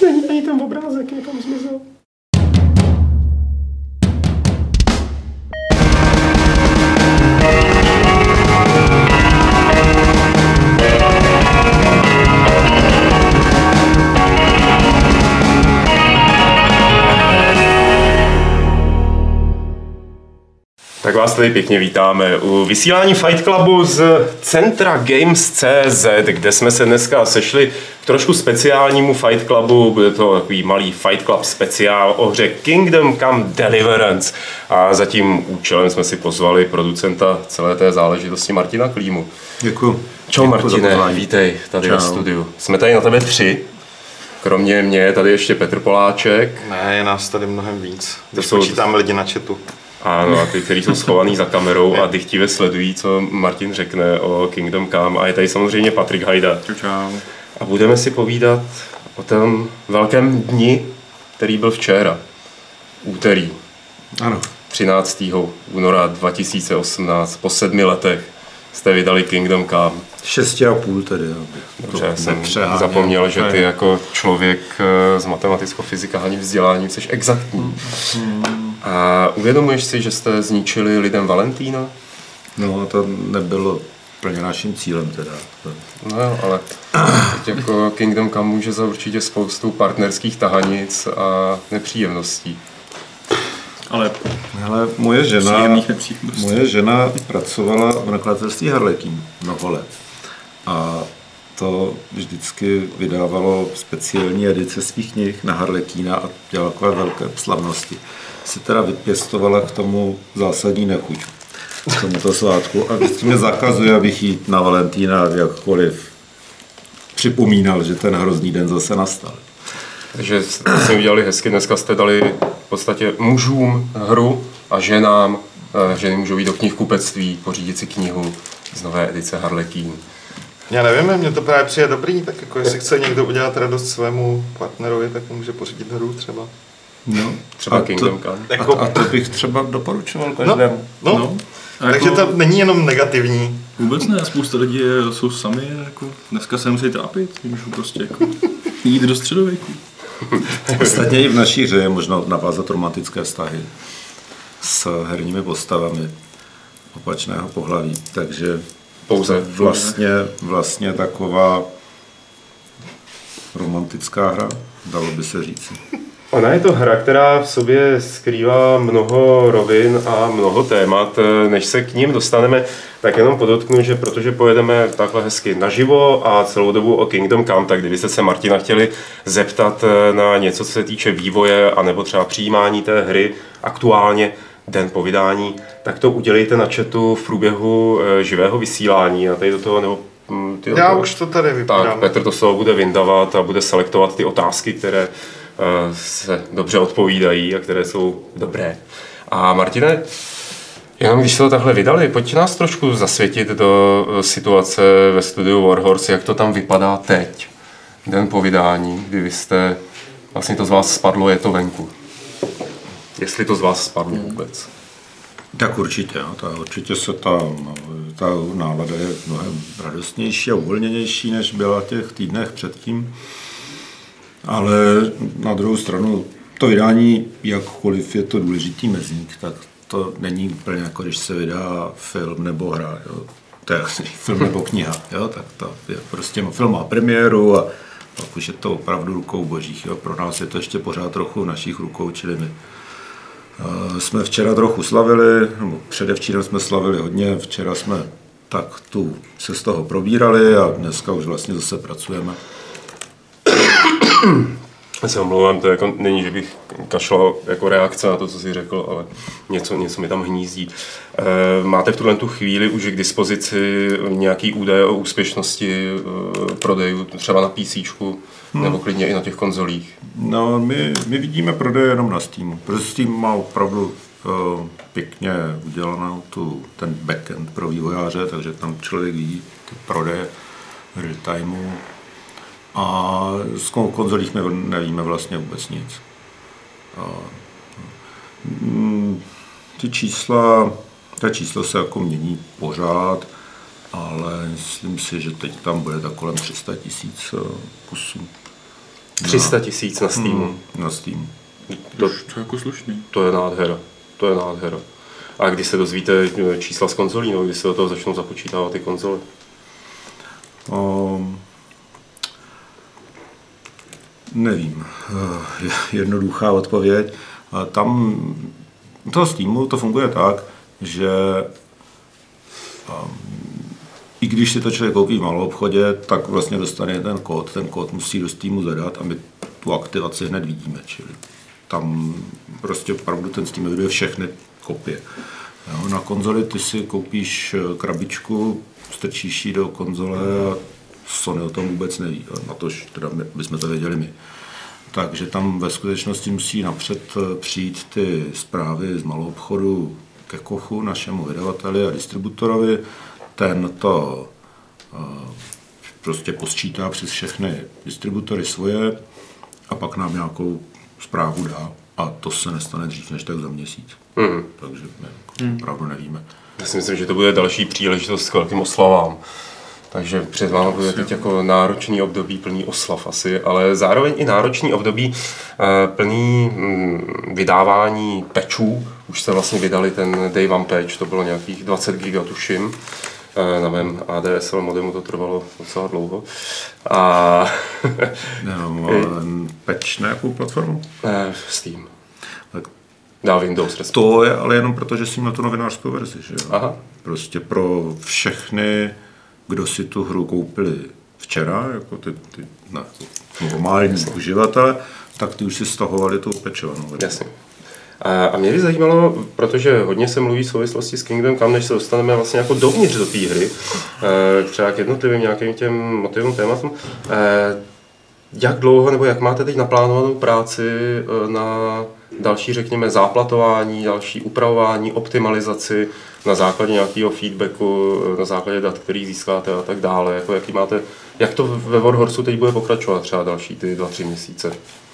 Ani ten obrázek někam zmizel. Tak vás tady pěkně vítáme u vysílání Fight Clubu z centra Games.cz, kde jsme se dneska sešli k trošku speciálnímu Fight Clubu. Bude to takový malý Fight Club speciál o hře Kingdom Come Deliverance. A za tím účelem jsme si pozvali producenta celé té záležitosti Martina Klímu. Děkuji. Čau Martine, vítej tady ve studiu. Jsme tady na tebe 3. Kromě mě je tady ještě Petr Poláček. Ne, je nás tady mnohem víc, když počítáme lidi na chatu. Ano, a ty, kteří jsou schovaný za kamerou a dychtivě sledují, co Martin řekne o Kingdom Come. A je tady samozřejmě Patrik Hajda. Čau. A budeme si povídat o tom velkém dni, který byl včera, úterý. Ano. 13. února 2018, po 7 letech jste vydali Kingdom Come. 6,5 tedy. Dobře, jsem zapomněl, že ty jako člověk s matematicko-fyzikálním vzděláním jsi exaktní. A uvědomuješ si, že jste zničili lidem Valentína? No, to nebylo plně naším cílem teda. No jo, ale teď jako Kingdom Come může za určitě spoustu partnerských tahanic a nepříjemností. Ale moje žena pracovala v nakladatelství Harlequin mnoho let. A to vždycky vydávalo speciální edice svých knih na Harlequina a dělala takové velké slavnosti. Si teda vypěstovala k tomu zásadní nechuť k tomuto svátku a vždycky mě zakazuje, abych jí na Valentína jakkoliv připomínal, že ten hrozný den zase nastal. Takže jste udělali hezky, dneska jste dali v podstatě mužům hru a ženám, ženy můžou jít do knihkupectví, pořídit si knihu z nové edice Harlequin. Já nevím, mně to právě přijde dobrý, tak jako jestli chce někdo udělat radost svému partnerovi, tak může pořídit hru třeba. No, třeba Kingdom Come. A to bych třeba doporučoval každému. No. Takže to není jenom negativní. Vůbec ne, spousta lidí jsou sami, jako dneska se musí trápit, můžu prostě jako jít do středověku. Ostatně i v naší hře je možno navázat romantické vztahy s herními postavami opačného pohlaví, takže pouze vlastně taková romantická hra, dalo by se říct. Ona je to hra, která v sobě skrývá mnoho rovin a mnoho témat. Než se k ním dostaneme, tak jenom podotknu, že protože pojedeme takhle hezky naživo a celou dobu o Kingdom Come, tak kdybyste se Martina chtěli zeptat na něco, co se týče vývoje anebo třeba přijímání té hry aktuálně den po vydání, tak to udělejte na chatu v průběhu živého vysílání a tady do toho nebo já už to tady vypadám. Tak Petr to z toho bude vyndavat a bude selektovat ty otázky, které se dobře odpovídají a které jsou dobré. A Martine, jenom když se to takhle vydali, pojď nás trošku zasvětit do situace ve studiu Warhorse, jak to tam vypadá teď, den po vydání, kdy vy jste, vlastně to z vás spadlo, je to venku. Jestli to z vás spadlo vůbec. Tak určitě, určitě se ta nálada je mnohem radostnější a uvolněnější, než byla těch týdnech předtím. Ale na druhou stranu to vydání, jakkoliv je to důležitý mezník, tak to není úplně jako když se vydá film nebo hra. Jo. To je film nebo kniha, jo. Tak to je prostě film má premiéru a pak už je to opravdu rukou božích. Jo. Pro nás je to ještě pořád trochu v našich rukou, čili my jsme včera trochu slavili, nebo předevčírem jsme slavili hodně, včera jsme tak tu se z toho probírali a dneska už vlastně zase pracujeme. Já se omlouvám, to jako není, že bych kašlal jako reakce na to, co jsi řekl, ale něco mi tam hnízdí. Máte v tuhle chvíli už k dispozici nějaký údaje o úspěšnosti prodejů, třeba na PCčku, nebo klidně i na těch konzolích? No, my vidíme prodeje jenom na Steamu, protože Steam má opravdu pěkně udělanou ten backend pro vývojáře, takže tam člověk vidí ty prodeje real timeu. A z konzolích my nevíme vlastně vůbec nic. Ta čísla se jako mění pořád, ale myslím si, že teď tam bude tak kolem 300 000 kusů. 300 000 na Steamu. Na Steamu. To je jako slušný. To je nádhera. To je nádhera. A když se dozvíte čísla z konzolí, no, když se do toho začnou započítávat ty konzole? Nevím. Jednoduchá odpověď. Tam toho Steamu to funguje tak, že i když si to člověk koupí v maloobchodě, tak vlastně dostane ten kód musí do Steamu zadat a my tu aktivaci hned vidíme, čili tam prostě opravdu ten Steam eviduje všechny kopie. Jo, na konzoli ty si koupíš krabičku, strčíš ji do konzole a Sony o tom vůbec neví, na to, teda bychom to věděli my. Takže tam ve skutečnosti musí napřed přijít ty zprávy z maloobchodu ke Kochu, našemu vydavateli a distributorovi. Ten to prostě posčítá přes všechny distributory svoje a pak nám nějakou zprávu dá. A to se nestane dřív než tak za měsíc. Takže my opravdu nevíme. Já si myslím, že to bude další příležitost k velkým oslavám. Takže před vámi bude teď jako náročný období plný oslav asi, ale zároveň i náročný období plný vydávání patchů. Už jste vlastně vydali ten Day One patch, to bylo nějakých 20 giga tuším. Na mém ADSL modemu to trvalo docela dlouho. A patch na jakou platformu? Steam. Tak na Windows respektive. To je ale jenom proto, že jsem na tu novinářskou verzi. Že? Aha. Prostě pro všechny, kdo si tu hru koupili včera, jako ty normální uživatele, tak ty už si stahovali tou patchovanou verzi. Jasně. A mě by zajímalo, protože hodně se mluví v souvislosti s Kingdom Come, než se dostaneme vlastně jako dovnitř do té hry, třeba k jednotlivým nějakým těm motivům, tématům. Jak dlouho nebo jak máte teď naplánovanou práci na další, řekněme, záplatování, další upravování, optimalizaci na základě nějakého feedbacku, na základě dat, který získáte a tak dále. Jako jaký máte, jak to ve Warhorsu teď bude pokračovat třeba další ty 2-3 měsíce?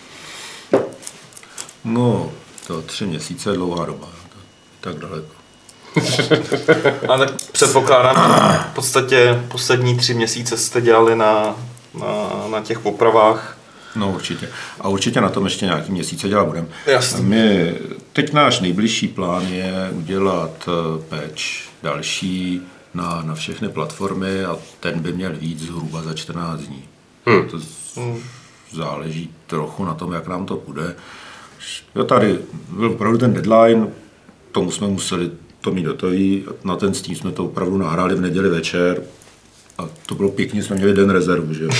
No, to 3 měsíce je dlouhá doba, tak daleko. Ale tak předpokládám, v podstatě poslední 3 měsíce jste dělali na těch opravách. No určitě. A určitě na tom ještě nějaký měsíce dělat budeme. Jasně. Teď náš nejbližší plán je udělat patch další na všechny platformy a ten by měl víc zhruba za 14 dní. To záleží trochu na tom, jak nám to půjde. Jo, tady byl opravdu ten deadline, tomu jsme museli to mít hotový, na ten Steam jsme to opravdu nahráli v neděli večer a to bylo pěkně, jsme měli den rezervu, že jo.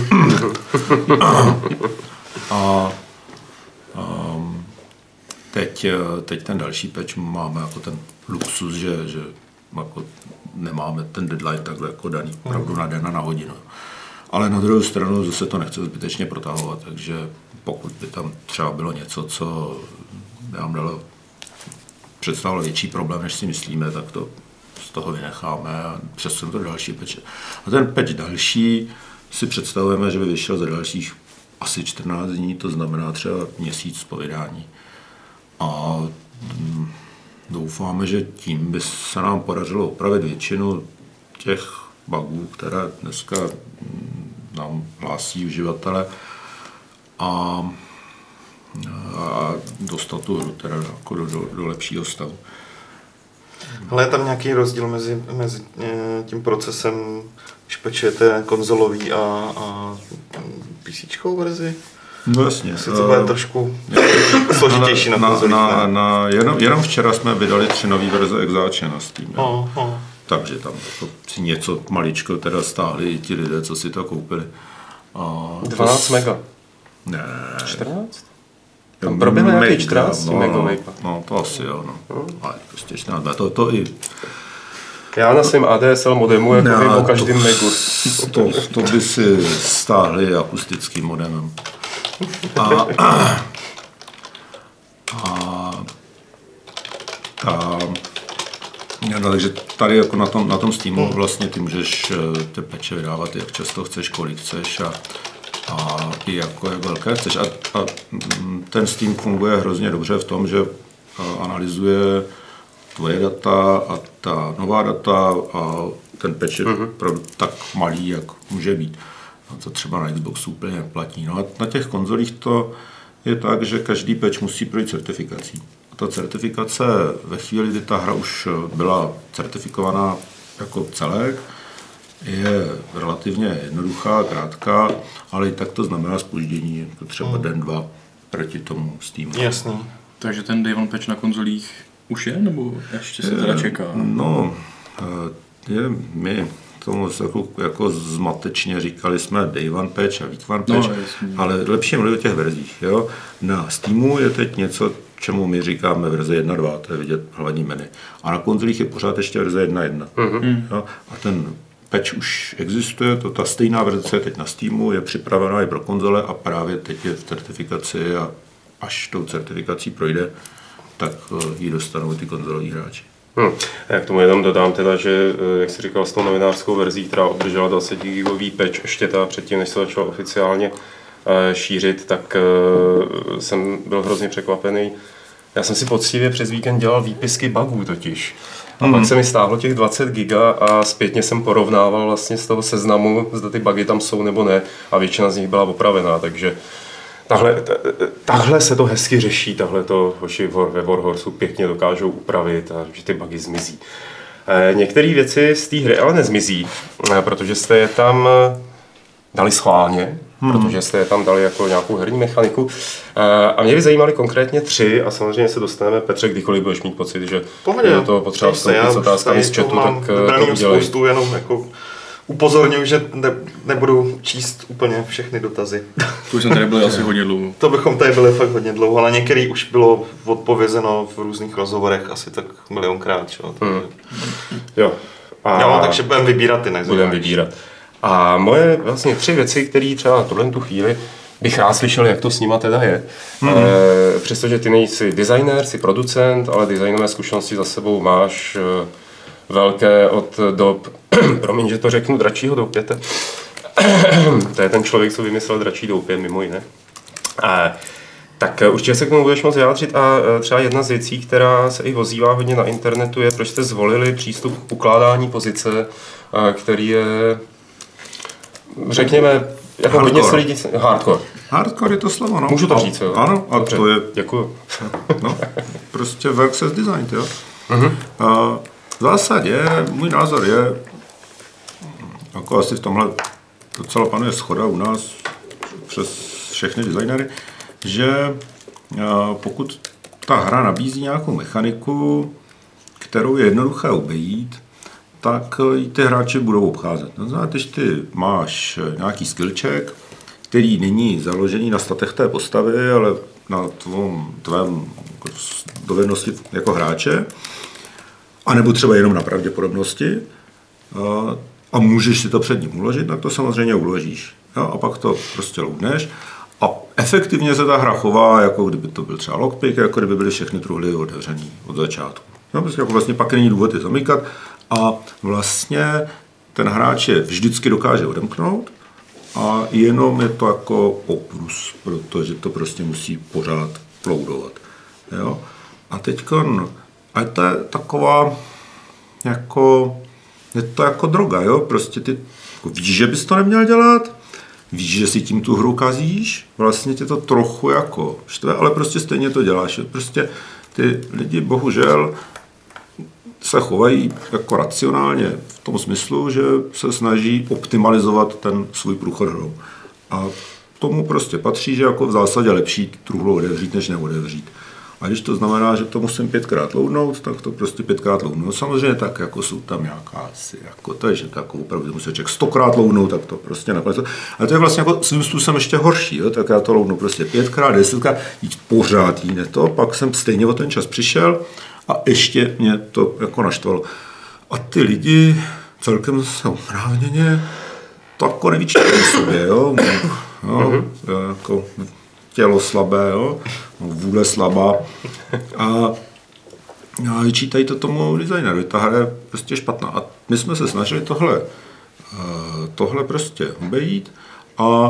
Teď ten další patch máme jako ten luxus, že jako nemáme ten deadline takhle jako daný opravdu na den a na hodinu. Ale na druhou stranu zase to nechce zbytečně protahovat, takže pokud by tam třeba bylo něco, co nám dalo představilo větší problém, než si myslíme, tak to z toho vynecháme a přesuneme to do další patche. A ten patch další si představujeme, že by vyšel za dalších asi 14 dní, to znamená třeba měsíc po vydání. A doufáme, že tím by se nám podařilo opravit většinu těch bugů, které dneska nám hlásí uživatele a dostat tu hru teda jako do lepšího stavu. Ale je tam nějaký rozdíl mezi tím procesem, když pečujete konzolový a PCčkou verzi? No jasně. Asi to bude trošku složitější na konzolích. Jenom včera jsme vydali 3 nové verze Exáče na Steam. Takže tam si něco maličko teda stáhli i ti lidé, co si to koupili. 12 mega. Ne. 14? Tam proběhl nějaký 14 megovej. No to asi jo, no. Ale prostě 14, to i... Já na svém ADSL modemu jako vím o každém megu. To by si stáhli akustickým modemem. Takže tady jako na tom Steamu vlastně ty můžeš ty patche vydávat, jak často chceš, kolik chceš a i jako jak velké chceš. A ten Steam funguje hrozně dobře v tom, že analyzuje tvoje data a ta nová data a ten patch je tak malý, jak může být. No to třeba na Xboxu úplně neplatí. No a na těch konzolích to je tak, že každý patch musí projít certifikací. A ta certifikace ve chvíli, kdy ta hra už byla certifikovaná jako celek, je relativně jednoduchá, krátká, ale i tak to znamená zpoždění, jako třeba den, dva proti tomu Steamu. Jasný. Takže ten Day One patch na konzolích už je, nebo ještě se teda čeká? No, my tomu jako zmatečně říkali jsme Day One patch a Week One patch, ale lepší je mluvit o těch verzích. Jo? Na Steamu je teď něco, čemu my říkáme verze 1.2, to je vidět hlavní menu. A na konzolích je pořád ještě verze 1.1. Jo? A ten patch už existuje, ta stejná verze je teď na Steamu, je připravená i pro konzole a právě teď je v certifikaci a až tou certifikací projde, tak ji dostanou ty konzoloví hráči. Já k tomu jenom dodám teda, že jak jsi říkal s tou novinářskou verzí, která obdržela 20 gigový patch ještě teda předtím, než se začal oficiálně šířit, tak jsem byl hrozně překvapený. Já jsem si poctivě přes víkend dělal výpisky bugů totiž. A pak se mi stáhlo těch 20 giga a zpětně jsem porovnával vlastně z toho seznamu, zda ty bugy tam jsou nebo ne, a většina z nich byla opravená, takže takhle se to hezky řeší, takhle to hoši ve Warhorseu pěkně dokážou upravit a že ty bugy zmizí. Některé věci z té hry ale nezmizí, protože jste je tam dali schválně, protože jste je tam dali jako nějakou herní mechaniku. A mě by zajímaly konkrétně 3 a samozřejmě se dostaneme, Petře, kdykoliv budeš mít pocit, že je do toho potřeba vstoupit s otázkami z chatu, tak to udělej. Spoustu, jenom jako upozorňuji, že nebudu číst úplně všechny dotazy. To už jsem tady byli asi hodně dlouho. To bychom tady byli fakt hodně dlouho, ale některý už bylo odpovězeno v různých rozhovorech asi tak milionkrát. Jo. Takže budeme vybírat ty nejzajímavější. Budeme vybírat. A moje vlastně 3 věci, které třeba v tuhle tu chvíli bych rád slyšel, jak to s nima teda je. Přestože ty nejsi designér, jsi producent, ale designové zkušenosti za sebou máš velké od dob, promiň, že to řeknu, dračího doupěte. To je ten člověk, co vymyslel dračí doupět, mimo jiné. Tak určitě se k tomu budeš moc vyjádřit a třeba jedna z věcí, která se i ozývá hodně na internetu, je, proč jste zvolili přístup k ukládání pozice, který je, řekněme, jako hodně se lidí... Hardcore. Hardcore je to slovo, no. Můžu to říct, jo? Ano, a dobře, to je... Děkuju. No, prostě works as designed, jo. V zásadě můj názor je, jako asi v tomhle docela panuje shoda u nás přes všechny designery, že pokud ta hra nabízí nějakou mechaniku, kterou je jednoduché obejít, tak ji ty hráči budou obcházet. No, znamená, když ty máš nějaký skillček, který není založený na statech té postavy, ale na tvém dovednosti jako hráče, anebo třeba jenom na pravděpodobnosti, a můžeš si to před ním uložit, tak to samozřejmě uložíš. Jo? A pak to prostě loadneš. A efektivně se ta hra chová, jako kdyby to byl třeba lockpick, jako kdyby byly všechny truhly otevřený od začátku. No, prostě jako vlastně pak není důvod je zamykat a vlastně ten hráč je vždycky dokáže odemknout a jenom je to jako oprus, protože to prostě musí pořád loadovat. Jo? A teďkon, a to je taková jako, je to jako droga, jo? Prostě ty jako víš, že bys to neměl dělat, víš, že si tím tu hru kazíš, vlastně tě to trochu jako štve, ale prostě stejně to děláš. Prostě ty lidi bohužel se chovají jako racionálně v tom smyslu, že se snaží optimalizovat ten svůj průchod hrou. A tomu prostě patří, že jako v zásadě lepší truhlu odevřít, než neodevřít. A když to znamená, že to musím 5krát loadnout, tak to prostě 5krát loadnout. Samozřejmě tak, jako jsou tam nějaká asi, jako to je, že to jako opravdu musí člověk 100krát loadnout, tak to prostě nakonec. Ale to je vlastně jako svým způsobem ještě horší, jo? Tak já to loadnu prostě 5krát, 10krát, jít pořád jí to, pak jsem stejně o ten čas přišel a ještě mě to jako naštvalo. A ty lidi celkem se oprávněně to jako nevyčítají sobě, jo? Jako tělo slabé, jo? Vůle slabá a vyčítají to tomu designerovi. Ta hra je prostě špatná. A my jsme se snažili tohle prostě obejít a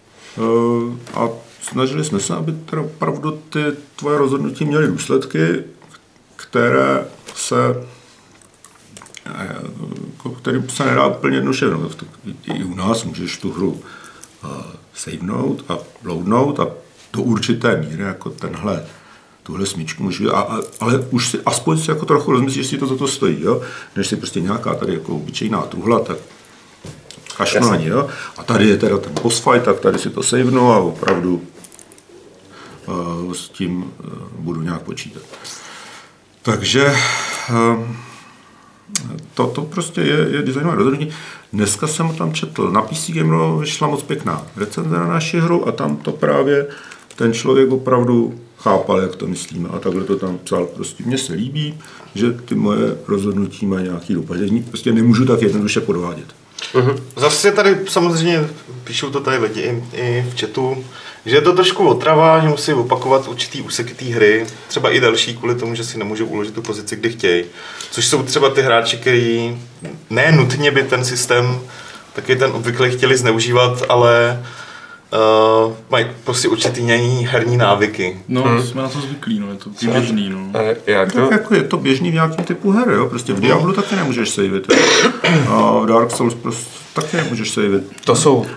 snažili jsme se, aby teda opravdu ty tvoje rozhodnutí měly důsledky, které se nedá úplně jednoduše. I u nás můžeš tu hru savenout a loadnout a do určité míry jako tuhle smyčku můžu, ale už si aspoň si jako trochu rozmyslíš, že si to za to stojí, jo? Než si prostě nějaká tady jako obyčejná truhla, tak kašnu na ní, jo? A tady je teda ten boss fight, tak tady si to savenu a opravdu s tím budu nějak počítat. Takže to prostě je designové rozhodnutí. Dneska jsem tam četl, na PC Gameru vyšla moc pěkná recenze na naši hru a tam to právě ten člověk opravdu chápal, jak to myslíme a takhle to tam psal. Prostě mně se líbí, že ty moje rozhodnutí mají nějaký dopad. Prostě nemůžu tak jednoduše podvádět. Zase tady samozřejmě píšou to tady lidi i v chatu, že je to trošku otrava, že musí opakovat určitý úseky té hry, třeba i další kvůli tomu, že si nemůžou uložit tu pozici, kdy chtějí. Což jsou třeba ty hráči, kteří ne nutně by ten systém taky ten obvykle chtěli zneužívat, ale mají prostě určitý herní návyky. No, jsme na to zvyklí, no, je to běžný, no. Tak jako je to běžný v nějakém typu her, jo, prostě v Diablu taky nemůžeš savit. A v Dark Souls prostě taky nemůžeš savit. To jsou...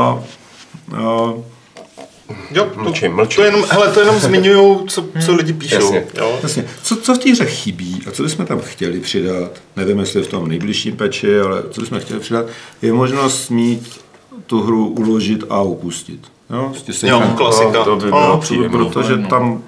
Jo, mlčím. To jenom zmiňují, co lidi píšou. Jasně. Co v té hře chybí a co bychom tam chtěli přidat, nevím, jestli v tom nejbližším peči, ale co bychom chtěli přidat, je možnost mít tu hru uložit a opustit. Jo, klasika. To by bylo příjemné. Protože tam,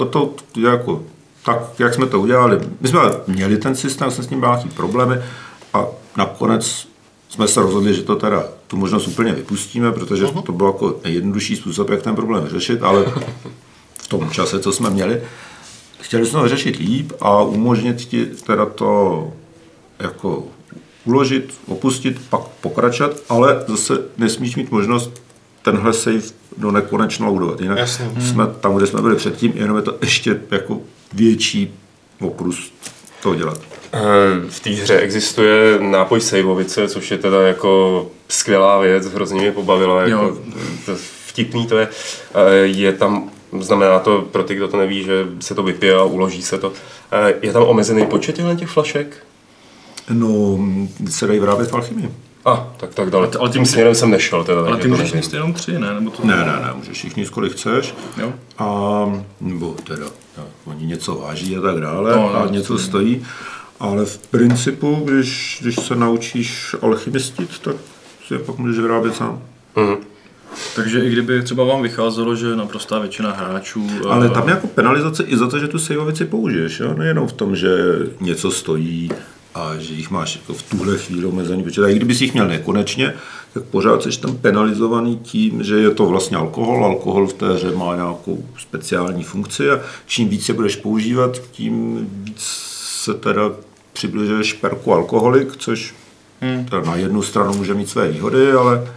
tak, jak jsme to udělali, my jsme měli ten systém, jsme s ním měli nějaký problémy a nakonec jsme se rozhodli, že to teda tu možnost úplně vypustíme, protože to byl jako nejjednodušší způsob, jak ten problém řešit, ale v tom čase, co jsme měli, chtěli jsme ho řešit líp a umožnit ti teda to jako uložit, opustit, pak pokračovat, ale zase nesmíš mít možnost tenhle save do nekonečna loadovat. Jinak jsme tam, kde jsme byli předtím, jenom je to ještě jako větší oprus toho dělat. V té hře existuje nápoj sejvovice, což je teda jako skvělá věc, hrozně mě pobavila, jako vtipný to je. Je tam, znamená to pro ty, kdo to neví, že se to vypije a uloží se to. Je tam omezený počet těch flašek? No, se dají vyrábět v alchymii. Tak dále. Ale tím směrem jsem nešel. Teda, ale ty můžeš mít jenom 3, ne? Nebo to ne, můžeš jich mít, kolik chceš. Jo. Nebo teda, oni něco váží a tak dále a něco stojí. Ale v principu, když se naučíš alchymistit, tak si je pak můžeš vyrábět sám. Takže i kdyby třeba vám vycházelo, že naprostá většina hráčů... Ale tam je jako penalizace i za to, že tu saveovici použiješ, jo? Nejenom v tom, že něco stojí a že jich máš jako v tuhle chvíli omezený počet. A i kdyby si jich měl nekonečně, tak pořád jsi tam penalizovaný tím, že je to vlastně alkohol. Alkohol v té hře má nějakou speciální funkci a čím víc je budeš používat, tím víc se teda přibližuješ perku alkoholik, což teda na jednu stranu může mít své výhody, ale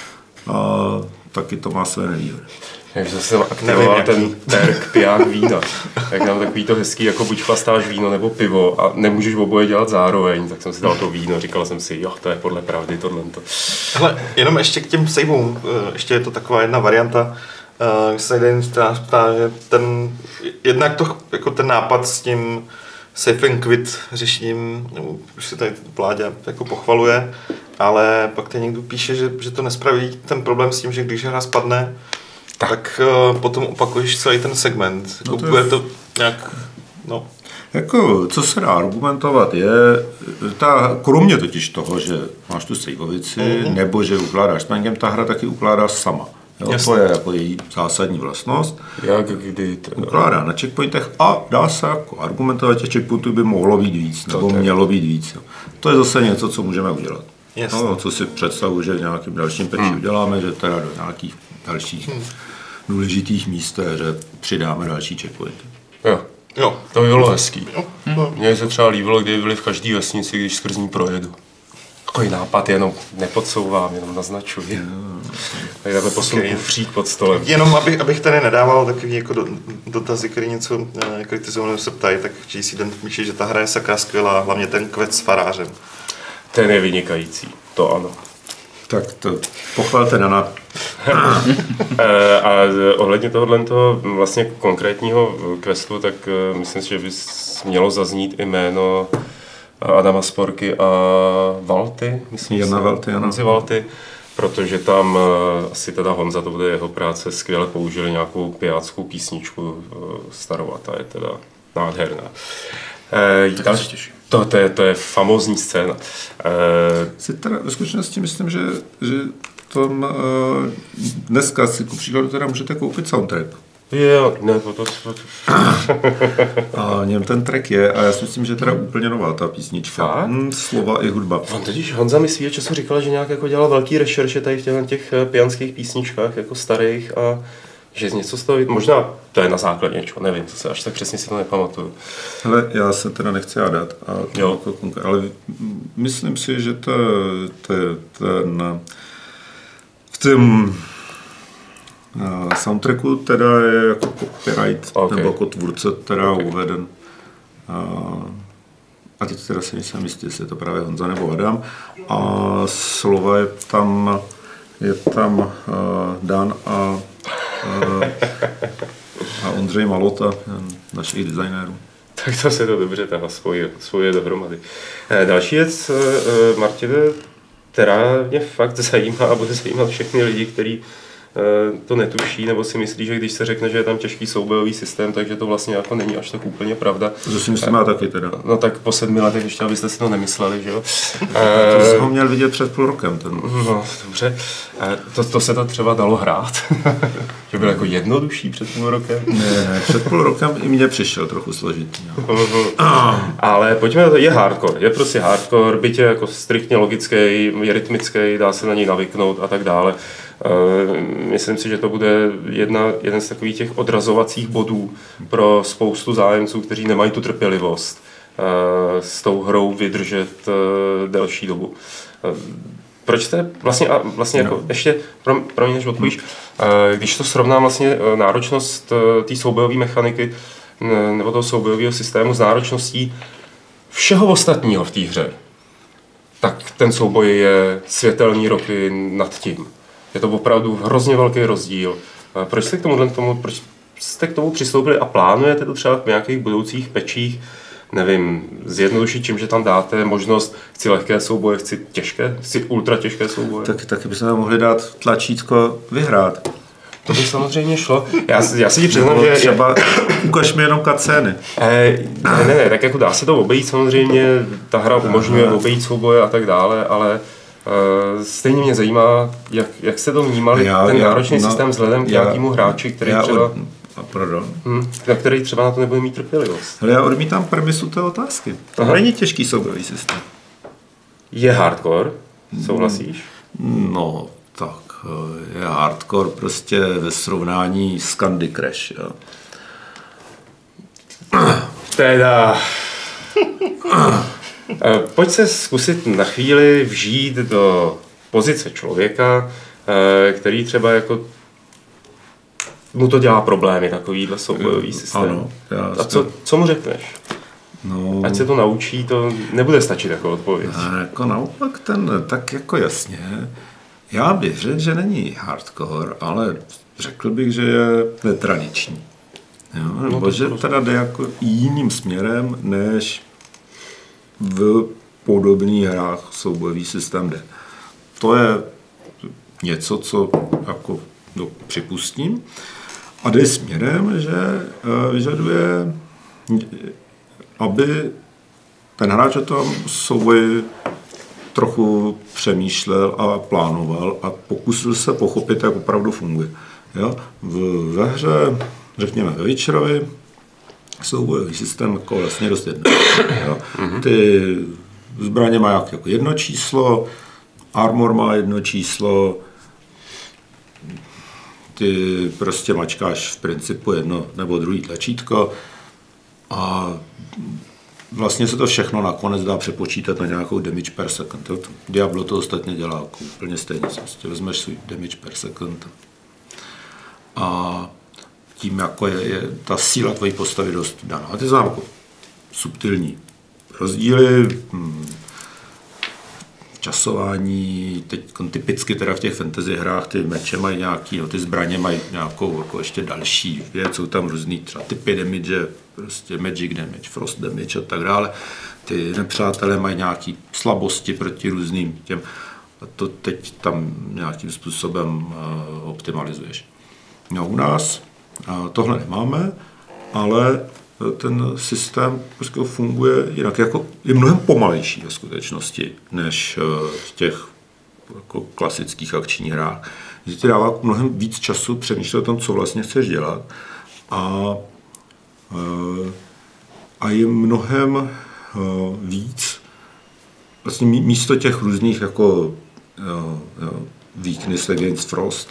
taky to má své nevýhody. Takže jsem aktivoval ten perk piják vína. Tak nám takový to hezký, jako buď chlastáš víno nebo pivo a nemůžeš oboje dělat zároveň, tak jsem si dal to víno, říkal jsem si, jo, to je podle pravdy tohle. Hele, jenom ještě k těm saveům, ještě je to taková jedna varianta, když se jeden ptá, že jednak to, jako ten nápad s tím save and quit řešením, už se tady Vláďa jako pochvaluje, ale pak tady někdo píše, že to nespraví ten problém s tím, že když hra spadne, tak potom opakuješ celý ten segment. Jako bude to nějak, Jako, co se dá argumentovat je, kromě totiž toho, že máš tu saveovici, nebo že ukládáš spangem, ta hra taky ukládá sama. Jo, to je jako její zásadní vlastnost. Jak kdy to ukládá na checkpointech a dá se jako argumentovat, že checkpointů by mohlo být víc, nebo mělo být víc. Jo. To je zase něco, co můžeme udělat. No, co si představuji, že v nějakým dalším patchi uděláme, že teda do nějakých dalších důležitých míst, že přidáme další checkpointy. Jo, to by bylo hezký. Mně se třeba líbilo, kdyby byli v každé vesnici, když skrz ní projedu. Takový nápad, jenom nepodsouvám, jenom naznačuji. Tak takhle posunu kufřík pod stolem. Jenom abych tady nedával takový jako dotazy, který něco kritizují, se ptají, tak JC Den píše, že ta hra je sakra skvělá, hlavně ten quest s farářem. Ten je vynikající, to ano. Tak to pochvalte na nás. A ohledně tohoto vlastně konkrétního questu, tak myslím si, že by mělo zaznít i jméno Adama Sporky a Valty, myslím Jana Valty, ano. Valty, protože tam asi teda Honza, to bude jeho práce, skvěle použili nějakou pijáckou písničku starou a ta je teda nádherná. To je famózní scéna. Si teda ve skutečnosti myslím, že tom dneska si ku příkladu teda můžete koupit soundtrack. Jo, ne, to. A něm ten track je a já si myslím, že teda úplně nová ta písnička. Slova i hudba. On totiž Honza mi svýho času říkal, že nějak jako dělal velký rešerše tady v těch pijanských písničkách, jako starých a že něco z toho, možná to je na základě něčeho, nevím, to se až tak přesně si to nepamatuju. Hele, já se teda nechci hádat, ale myslím si, že v tom soundtracku teda je jako copyright nebo jako tvůrce teda uveden. A teď teda si nejsem jistý, jestli je to právě Honza nebo Adam. A slova je tam Dan a Ondřej Malota, našich designérů. Tak to se to dobře tahá svoje dohromady. Další věc, Martine, která mě fakt zajímá a bude zajímat všechny lidi, kteří to netuší, nebo si myslí, že když se řekne, že je tam těžký soubojový systém, takže to vlastně jako není až tak úplně pravda. To si myslím, já taky teda. No tak po 7 letech ještě, abyste si to nemysleli, že jo? To jsem ho měl vidět před půl rokem. No, dobře. To se to třeba dalo hrát. Že byl jako jednodušší před půl rokem. Ne, před půl rokem i mně přišel trochu složitý. Ale pojďme na to, je hardcore. Je prostě hardcore, byť je jako striktně logický, je rytmický, dá se na něj navyknout a tak dále. Myslím si, že to bude jeden z takových těch odrazovacích bodů pro spoustu zájemců, kteří nemají tu trpělivost s tou hrou vydržet delší dobu. Proč jste vlastně jako ještě, pro mě než odpovíš, když to srovnám vlastně náročnost té soubojové mechaniky nebo toho soubojového systému s náročností všeho ostatního v té hře, tak ten souboj je světelný roky nad tím. Je to opravdu hrozně velký rozdíl. Proč jste k tomu přistoupili a plánujete to třeba v nějakých budoucích pečích, nevím, zjednodušit tím, že tam dáte možnost, chci lehké souboje, chci ultra těžké souboje? Taky bychom mohli dát tlačítko vyhrát. To by samozřejmě šlo. Já si ti přiznám, že... Třeba ukaž mi jenom cutscény. Ne, tak jako dá se to obejít samozřejmě, ta hra umožňuje obejít souboje a tak dále, ale stejně mě zajímá, jak jste to vnímali, ten náročný systém vzhledem k nějakému hráči, který třeba na to nebude mít trpělivost. Ale já odmítám premisu té otázky. To není těžký soubojový systém. Je hardcore? Souhlasíš? No, tak je hardcore prostě ve srovnání s Candy Crush. Jo. Teda... Pojď se zkusit na chvíli vžít do pozice člověka, který třeba jako mu to dělá problémy, takovýhle soubojový systém. Ano, a co mu řekneš? No, ať se to naučí, to nebude stačit jako odpověď. Jako naopak tak jako jasně. Já bych řekl, že není hardcore, ale řekl bych, že je netradiční. Jo? Nebo že teda jde jako jiným směrem, než v podobných hrách soubojový systém jde. To je něco, co jako připustím. A jde směrem, že vyžaduje, aby ten hráč o tom souboji trochu přemýšlel a plánoval a pokusil se pochopit, jak opravdu funguje. Jo? Ve hře, řekněme ve Witcherovi, soubojový systém jako vlastně dost jednoduchý. Ty zbraně mají jako jedno číslo, armor má jedno číslo, ty prostě mačkáš v principu jedno nebo druhý tlačítko a vlastně se to všechno nakonec dá přepočítat na nějakou damage per second. Diablo to ostatně dělá jako úplně stejně. Prostě vezmeš svůj damage per second a tím jako je ta síla tvojí postavy dost daná. A ty jsou jako subtilní rozdíly, časování, teď typicky teda v těch fantasy hrách ty meče mají nějaký, ty zbraně mají nějakou jako ještě další věc, jsou tam různý třeba typy damage, prostě magic damage, frost damage a tak dále. Ty nepřátelé mají nějaký slabosti proti různým těm a to teď tam nějakým způsobem optimalizuješ. No u nás tohle nemáme, ale ten systém prostě funguje jinak, jako je mnohem pomalejší ve skutečnosti, než v těch jako klasických akčních hrách. Že ti dává mnohem víc času přemýšlet o tom, co vlastně chceš dělat a je mnohem víc vlastně místo těch různých jako weakness against frost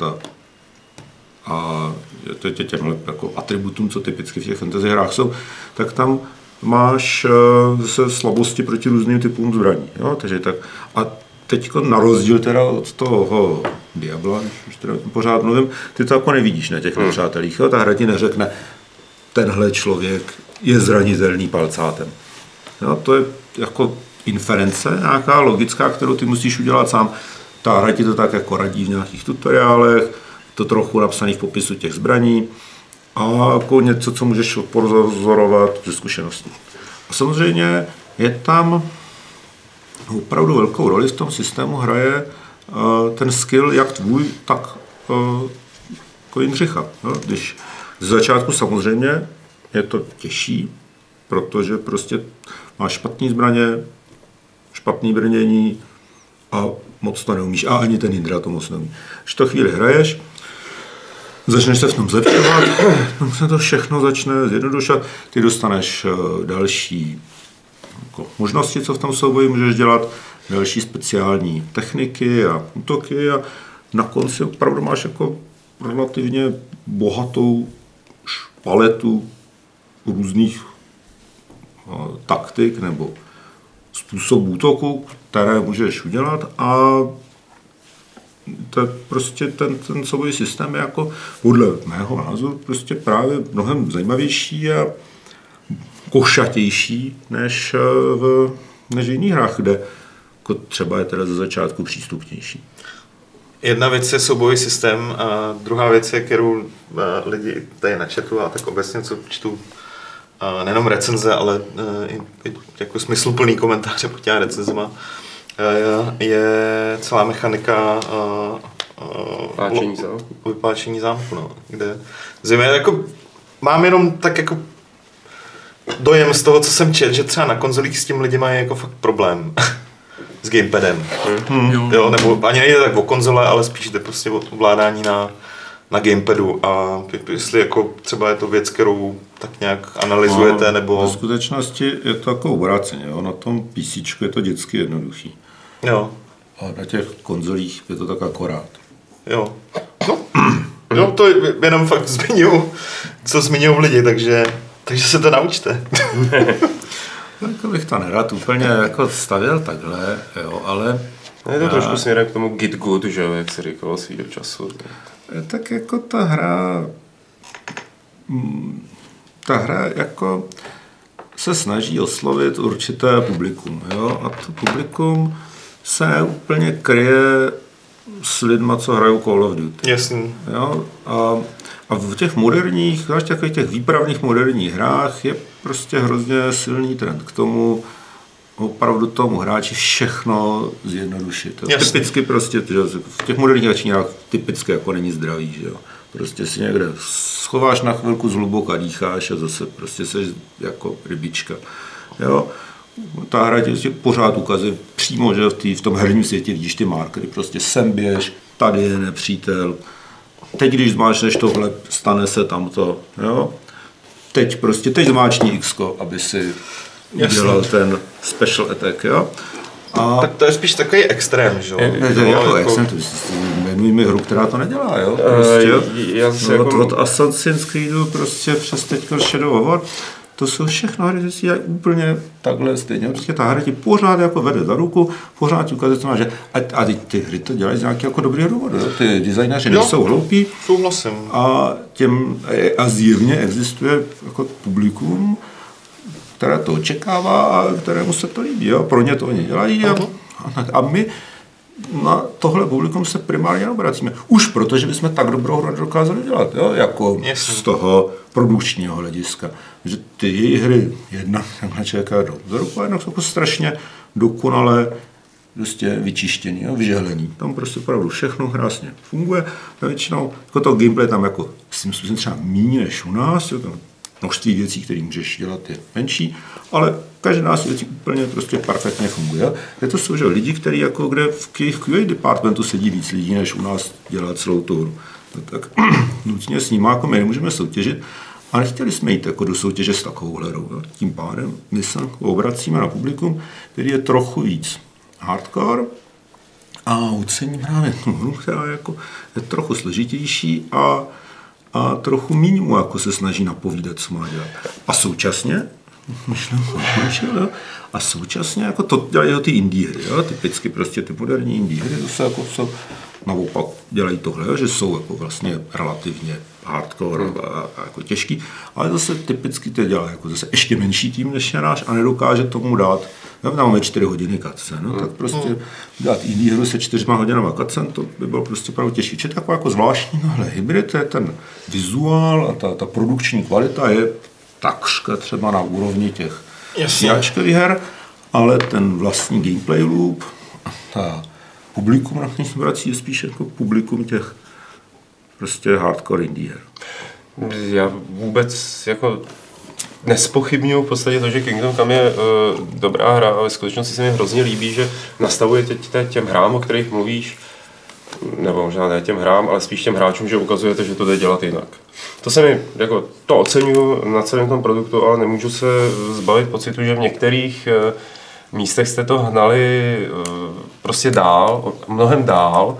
a těmhle jako atributům, co typicky v těch fantasy hrách jsou, tak tam máš zase slabosti proti různým typům zbraní. Jo? Takže tak, a teď na rozdíl teda od toho Diabla, když teda pořád mluvím, ty to jako nevidíš na těch nepřátelích. Jo? Ta hra ti neřekne, tenhle člověk je zranitelný palcátem. Jo? To je jako inference nějaká logická, kterou ty musíš udělat sám. Ta hra ti to tak jako radí v nějakých tutoriálech, to trochu napsaný v popisu těch zbraní a jako něco, co můžeš pozorovat ze zkušeností. A samozřejmě je tam opravdu velkou roli v tom systému hraje ten skill jak tvůj, tak jako Jindřicha. No, když z začátku samozřejmě je to těžší, protože prostě máš špatný zbraně, špatný brnění a moc to neumíš. A ani ten Jindra to moc neumí. Když to chvíli hraješ, začneš se v tom zlepšovat, tam se to všechno začne zjednodušovat, ty dostaneš další jako možnosti, co v tom souboji můžeš dělat, další speciální techniky a útoky a na konci opravdu máš jako relativně bohatou paletu různých taktik nebo způsobů útoku, které můžeš udělat a tak prostě ten soubojový systém je jako podle mého názoru prostě právě mnohem zajímavější a košatější než v jiných hrách, kde jako třeba je teda ze začátku přístupnější. Jedna věc je soubojový systém a druhá věc je, kterou lidi tady na chatu a tak obecně, co čtu, nejenom recenze, ale i jako smysluplný komentáře pod těma recenzema, je celá mechanika vypáčení zámku, no, kde zejména jako mám jenom tak jako dojem z toho, co jsem četl, že třeba na konzolích s tím lidi mají jako fakt problém s gamepadem. Jo, nebo ani nejde tak o konzole, ale spíš jde prostě o ovládání na gamepadu a jestli jako třeba je to věc, kterou tak nějak analyzujete, nebo... V skutečnosti je to jako obráceně, jo? Na tom PCčku je to vždycky jednoduchý. Jo. A na těch konzolích je to tak akorát. Jo. No, to jenom fakt zmiňuji, co zmiňují lidi, takže se to naučte. Jako bych to nerad úplně jako stavěl takhle, jo, ale... Je to trošku směrem k tomu Git Good, že jo, jak se říkalo svýho času. Tak jako ta hra jako se snaží oslovit určité publikum, jo, a to publikum se úplně kryje s lidma, co hrajou Call of Duty. Jasný. Jo, a v těch moderních, zvlášť takových těch výpravných moderních hrách je prostě hrozně silný trend k tomu, opravdu tomu hráči všechno zjednodušit. Typicky prostě, že v těch moderních akčních hrách typicky jako není zdravý, že jo. Prostě si někde schováš na chvilku, zhluboka dýcháš a zase prostě seš jako rybička. Jo. Ta hra ti pořád ukazuje přímo, že v tom herním světě vidíš ty markery, prostě sem běž, tady je nepřítel, teď když zmáčneš tohle, stane se tamto, jo. Teď zmáčni X-ko, aby si udělal ten special attack, jo. A tak to je spíš takový extrém, že jo? Jako extrém, jmenuj mi hru, která to nedělá, jo. Prostě, od Assassin's Creedu prostě přes teďko Shadow of War, to jsou všechno hry, že si dělají úplně takhle stejně. Prostě ta hra ti pořád jako vede za ruku, pořád ti ukazuje, co máš. A ty hry to dělají z nějaký jako dobrý důvod. Ty designéři nejsou hloupí. Souhlasím. A zjevně existuje jako publikum, které to očekává a kterému se to líbí. Jo? Pro ně to oni dělají. A my na tohle publikum se primárně obracíme. Už proto, že bychom tak dobrou hru dokázali dělat, jo? Jako z toho produkčního hlediska. Že ty hry, jedna člověka jdou za ruku a jednak jsou strašně dokonale prostě vyčištěný, jo, vyžehlený. Tam prostě opravdu všechno krásně funguje. Většinou jako to gameplay tam jako s tím způsobem třeba méně než u nás, jo, tam množství věcí, které můžeš dělat, je menší, ale každá z věcí úplně prostě perfektně funguje. Je to jsou že lidi, kteří jako kde v jejich QA departmentu sedí víc lidí, než u nás dělat celou tu hru. No, tak nutně s nimi jako my nemůžeme soutěžit, a nechtěli jsme jít jako do soutěže s takovou hrou. Jo. Tím pádem my se obracíme na publikum, který je trochu víc hardcore a ocením právě tu hru, která jako je trochu složitější a trochu minimum jako se snaží napovídat, co má dělat. A současně jako to dělají ty indie hry, jo? Typicky prostě ty moderní indie hry, to se jako jsou, naopak dělají tohle, že jsou jako vlastně relativně hardcore a jako těžký, ale zase typicky to dělá jako zase ještě menší tým než je náš a nedokáže tomu dát, tam máme 4 hodiny cutscene, no, tak prostě dát indie hru se 4 hodinama cutscene, to by bylo prostě opravdu těžší. Čiže taková jako zvláštní hybrid, je ten vizuál a ta produkční kvalita je takřka třeba na úrovni těch stíhačkových her, ale ten vlastní gameplay loop, ta publikum na něj vrací je spíš jako publikum těch prostě hardcore indie her. Já vůbec jako nespochybnuju v podstatě to, že Kingdom Come je dobrá hra, ale ve skutečnosti se mi hrozně líbí, že nastavuje těm hrám, o kterých mluvíš, nebo možná ne těm hrám, ale spíš těm hráčům, že ukazujete, že to jde dělat jinak. To se mi, jako, to oceňuju na celém tom produktu, ale nemůžu se zbavit pocitu, že v některých místech jste to hnali prostě dál, mnohem dál,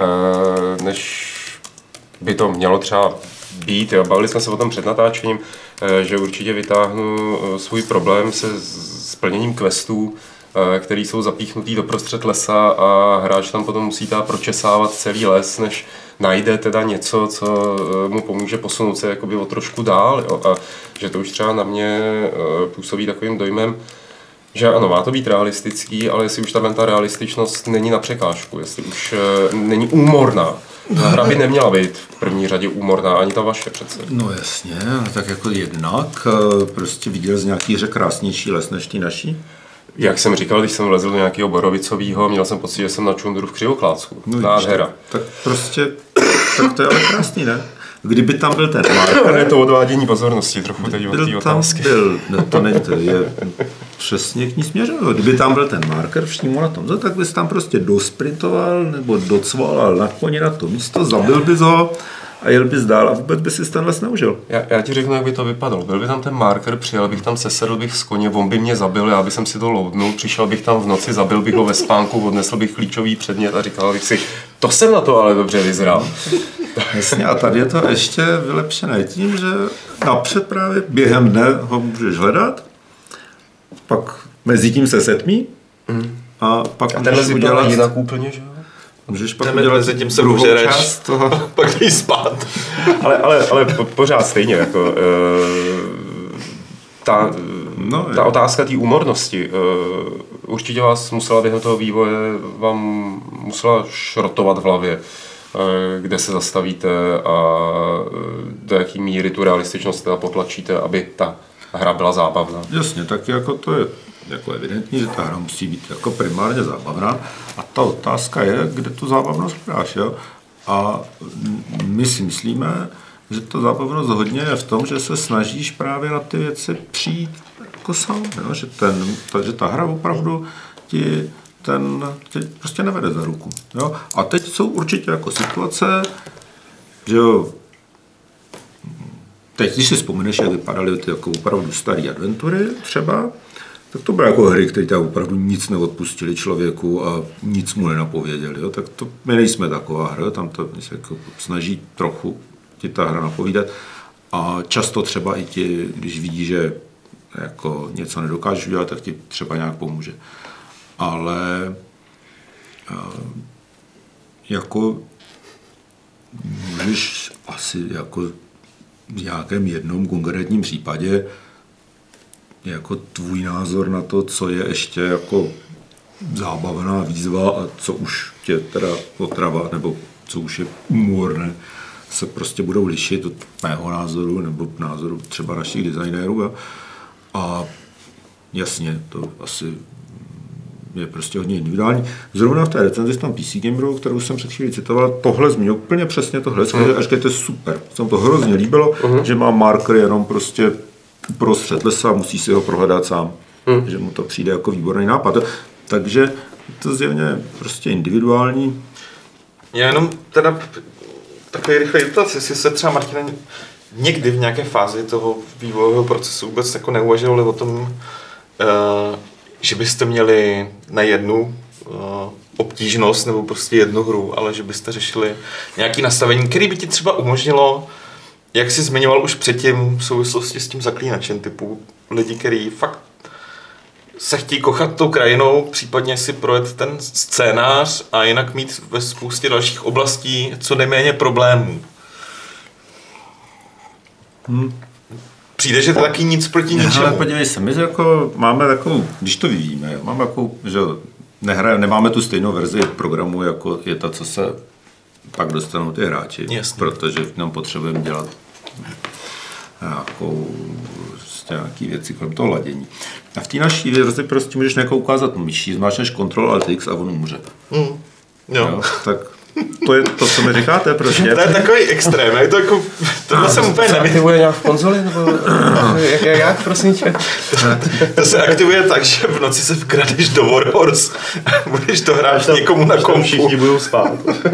než by to mělo třeba být. Jo. Bavili jsme se o tom před natáčením, že určitě vytáhnu svůj problém se splněním questů, který jsou zapíchnutý doprostřed lesa a hráč tam potom musí pročesávat celý les, než najde teda něco, co mu pomůže posunout se jakoby o trošku dál. Jo. A že to už třeba na mě působí takovým dojmem, že ano, má to být realistický, ale jestli už ta realističnost není na překážku, jestli už není úmorná. Ta hra by neměla být v první řadě úmorná, ani ta vaše přece. No jasně, tak jako jednak prostě viděl z nějaký hře krásnější les než ty naší. Jak jsem říkal, když jsem vlezl do nějakého borovicového, měl jsem pocit, že jsem na čundru v křivoklácku. No, nádhera. Tak prostě, tak to je ale krásný, ne? Kdyby tam byl ten marker... Je to odvádění pozornosti trochu teď od té otázky. To je přesně k ní směřoval. Kdyby tam byl ten marker všímu na tom, tak bys tam prostě dosprintoval nebo docvalal na koni na to místo, zabil bys ho a jel bys dál a vůbec bys si ten les neužil. Já ti řeknu, jak by to vypadalo. Byl by tam ten marker, přijel bych tam, sesedl bych z koně, on by mě zabil, já bych si to loadnul, přišel bych tam v noci, zabil bych ho ve spánku, odnesl bych klíčový předmět a říkal bych si, to jsem na to ale dobře vyzral. Jasně, a tady je to ještě vylepšené tím, že napřed právě během dne ho můžeš hledat, pak mezi tím se setmí a pak můžeš udělat jinak úplně, že jo? Můžeš pak udělat mezi tím se můžeš pak jít spát. ale pořád stejně, jako ta otázka té úmornosti určitě vás musela během toho vývoje vám musela šrotovat v hlavě, kde se zastavíte a do jaký míry tu realističnost teda potlačíte, aby ta hra byla zábavná. Jasně, tak jako to je jako evidentní, že ta hra musí být jako primárně zábavná a ta otázka je, kde tu zábavnost hráš, jo? A my si myslíme, že ta zábavnost hodně je v tom, že se snažíš právě na ty věci přijít jako sám, jo? Že ta hra opravdu ti prostě nevede za ruku. Jo? A teď jsou určitě jako situace, že jo, teď, když si vzpomeneš, jak vypadaly ty jako opravdu staré adventury třeba, tak to byly jako hry, které tam opravdu nic neodpustili člověku a nic mu nenapověděli. Jo? Tak to my nejsme taková hra, tam to se jako snaží trochu ti ta hra napovídat a často třeba i ti, když vidí, že jako něco nedokážeš udělat, tak ti třeba nějak pomůže. Ale jako můžeš asi jako v nějakém jednom konkrétním případě jako tvůj názor na to, co je ještě jako zábavná výzva a co už tě teda otrava, nebo co už je úmorné, se prostě budou lišit od mého názoru nebo názoru třeba našich designérů. A jasně, to asi je prostě hodně individuální. Zrovna v té recenzi v tom PC Gameru, kterou jsem před chvíli citoval, tohle zmínil úplně přesně tohle. Až to je super. Se mi to hrozně líbilo, že má marker jenom prostě uprostřed lesa, musí si ho prohledat sám. Že mu to přijde jako výborný nápad. Takže to zjevně prostě individuální. Já jenom teda takový rychlý dotaz, jestli se třeba Martina někdy v nějaké fázi toho vývojového procesu vůbec jako neuvažovali o tom, že byste měli na jednu obtížnost nebo prostě jednu hru, ale že byste řešili nějaké nastavení, které by ti třeba umožnilo, jak jsi zmiňoval už předtím v souvislosti s tím zaklínačem, typu lidi, kteří fakt se chtějí kochat tou krajinou, případně si projet ten scénář a jinak mít ve spoustě dalších oblastí co nejméně problémů. Přijde, že to taky nic proti ničemu. Ale podívej se, my jako máme takovou, když to vyvíjíme, máme takovou, že nemáme tu stejnou verzi programu, jako je ta, co se pak dostanou ty hráči. Jasně. Protože nám potřebujeme dělat nějaké věci kolem toho ladění. A v té naší verzi prostě můžeš nějakou ukázat myší, zmáčneš Ctrl Alt X a on umře. Jo. Tak to je to, co mi říkáte prostě. To je takový extrém, je to jako, tohle jsem úplně nevěděl. Aktivuje nějak v konzoli, nebo jak prosím tě? To se aktivuje tak, že v noci se vkradeš do Warhorse a budeš to hrát někomu na kompu. Všichni budou spát.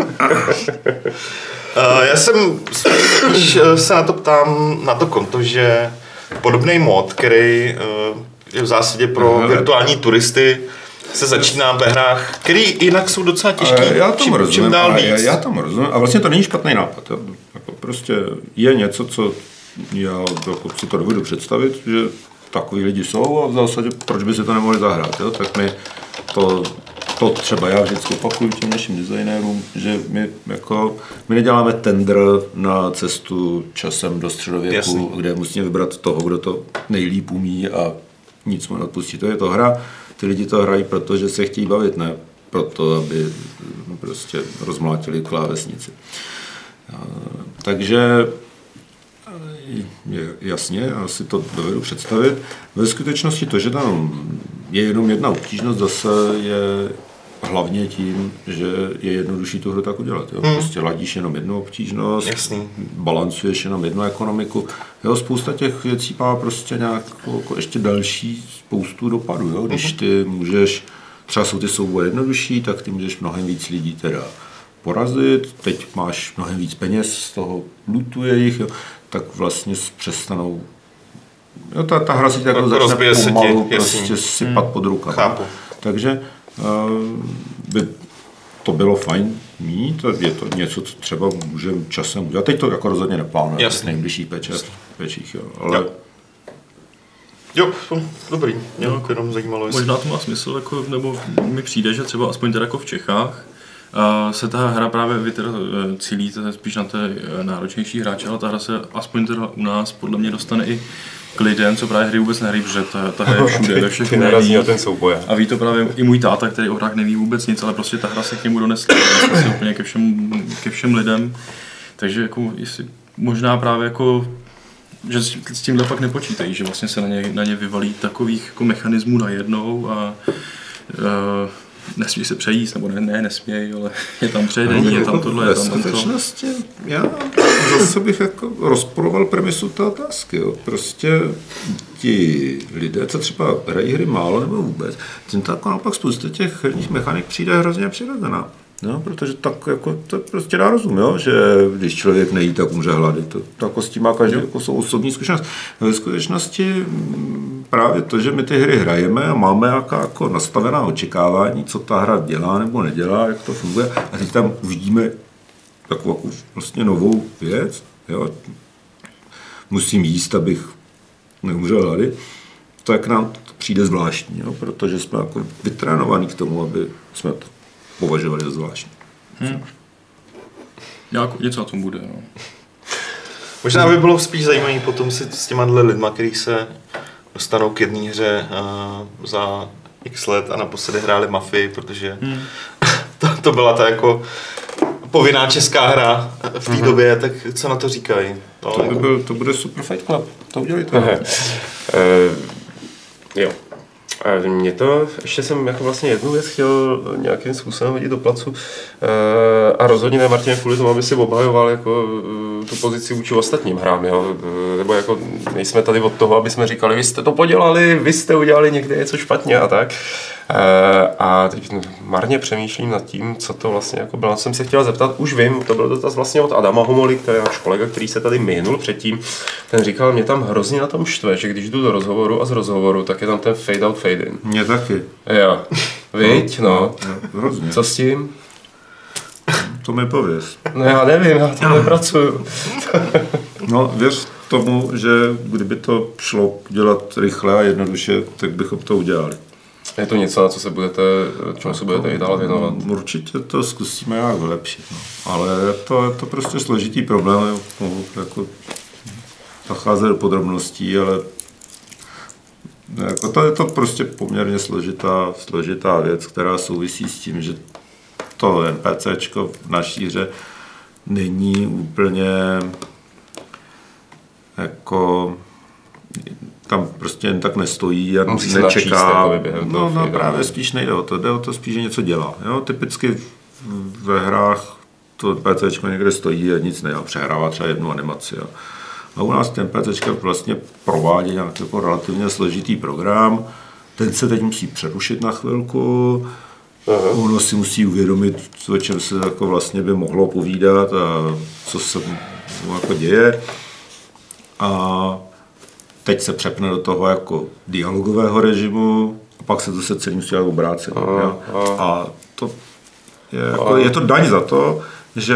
Já jsem spíš se na to ptám na to konto, že podobný mod, který je v zásadě pro virtuální turisty, se začíná ve hrách, který jinak jsou docela těžký, čím dál víc. Já tomu rozumím. A vlastně to není špatný nápad. Jako prostě je něco, co já jako si to dovedu představit, že takový lidi jsou a v zásadě proč by si to nemohli zahrát. Jo? Tak my to třeba já vždycky opakuju těm našim designérům, že my neděláme tender na cestu časem do středověku, Jasný. kde musíme vybrat toho, kdo to nejlíp umí a nic mu neodpustí. To je to hra. Ty lidi to hrají, protože se chtějí bavit, ne proto, aby prostě rozmlátili klávesnici. Takže jasně, já si to dovedu představit. Ve skutečnosti to, že tam je jenom jedna obtížnost, zase je hlavně tím, že je jednodušší tu hru tak udělat. Jo? Prostě ladíš jenom jednu obtížnost, balancuješ jenom jednu ekonomiku. Jo, spousta těch věcí má prostě nějakou ještě další spoustu dopadů. Jo? Když ty můžeš, třeba jsou ty souboje jednodušší, tak ty můžeš mnohem víc lidí teda porazit, teď máš mnohem víc peněz, z toho lootuje jich, jo? Tak vlastně přestanou. Jo, ta hra si tak začne pomalu prostě sypat pod rukama. Chápu. Takže by to bylo fajn mít, je to něco, co třeba můžeme časem udělat. Teď to jako rozhodně neplánujeme v nejbližších pečích, jo. Ale... Jo, dobrý, mě jenom zajímalo. Možná to má smysl, jako, nebo mi přijde, že třeba aspoň teda jako v Čechách se ta hra právě cílí spíš na ty náročnější hráče, ale ta hra se aspoň teda u nás podle mě dostane i k lidem, co právě hry vůbec nehrají, protože ta hra je všude, ve všech médiích. A ví to právě i můj táta, který o hrách neví vůbec nic, ale prostě ta hra se k němu donesla úplně ke všem lidem. Takže jako, jestli možná právě jako, že s tímhle fakt nepočítají, že vlastně se na ně vyvalí takových jako mechanismů najednou a nesmí se přejíst, nebo nesmějí, ale je tam přejedení, je tam tohle, je tam to. Ve skutečnosti já zase bych jako rozporoval premisu té otázky. Jo. Prostě ti lidé, co třeba hrají hry málo nebo vůbec, tím tak naopak spousta těch herních mechanik přijde hrozně přirozená. No, protože tak jako to prostě dá rozum, jo? Že když člověk nejí, tak umře hlady. To jako s tím má každý jako svou osobní zkušenost. Ve skutečnosti právě to, že my ty hry hrajeme a máme jako nastavená očekávání, co ta hra dělá nebo nedělá, jak to funguje. A teď tam uvidíme takovou vlastně novou věc. Jo? Musím jíst, abych neumřel hlady. Tak nám to přijde zvláštní, jo? Protože jsme jako vytrénovaní k tomu, aby jsme to považovali za zvláštní. Něco na tom bude. No. Možná by bylo spíš zajímavé potom si s těma lidma, kteří se dostanou k jedné hře za x let a naposledy hráli Mafii, protože to byla ta jako povinná česká hra v té době, tak co na to říkají? To bude super Fight Club. To udělejte. Jo. Mě to, ještě jsem jako vlastně jednu věc chtěl nějakým způsobem hodit do placu a rozhodně ne Martin kvůli tomu, aby si obhajoval jako tu pozici vůči ostatním hrám, jo? Nebo jako nejsme tady od toho, aby jsme říkali, vy jste to podělali, vy jste udělali někde něco špatně a tak. A teď marně přemýšlím nad tím, co to vlastně jako bylo. Jsem se chtěl zeptat, už vím, to byl dotaz vlastně od Adama Homoly, který je náš kolega, který se tady minul předtím. Ten říkal, mě tam hrozně na tom štve, že když jdu do rozhovoru a z rozhovoru, tak je tam ten fade out, fade in. Mě taky. Jo. Viď, no. Hrozně. Co s tím? To mi pověz. No já nevím, já tam nepracuju. No věř tomu, že kdyby to šlo dělat rychle a jednoduše, tak bychom to udělali. Je to něco, na co se budete, čemu se budete i dál věnovat? Určitě to zkusíme nějak vylepšit, no. Ale je to prostě složitý problém, jako zacházet do podrobností, ale jako to je to prostě poměrně složitá věc, která souvisí s tím, že to NPCčko v naší hře není úplně jako tam prostě jen tak nestojí a nečeká. No právě spíš nejde o to. Jde o to spíš, že něco dělá. Jo? Typicky ve hrách to NPCčko někde stojí a nic nedělá. Přehrává třeba jednu animaci. Jo? A u nás ten NPCčko vlastně provádí nějaký jako relativně složitý program. Ten se teď musí přerušit na chvilku. Ono si musí uvědomit, o čem se jako vlastně by mohlo povídat a co se mu jako děje. A teď se přepne do toho jako dialogového režimu a pak se zase celý musí obrátit. A to je, jako, je to daň za to, že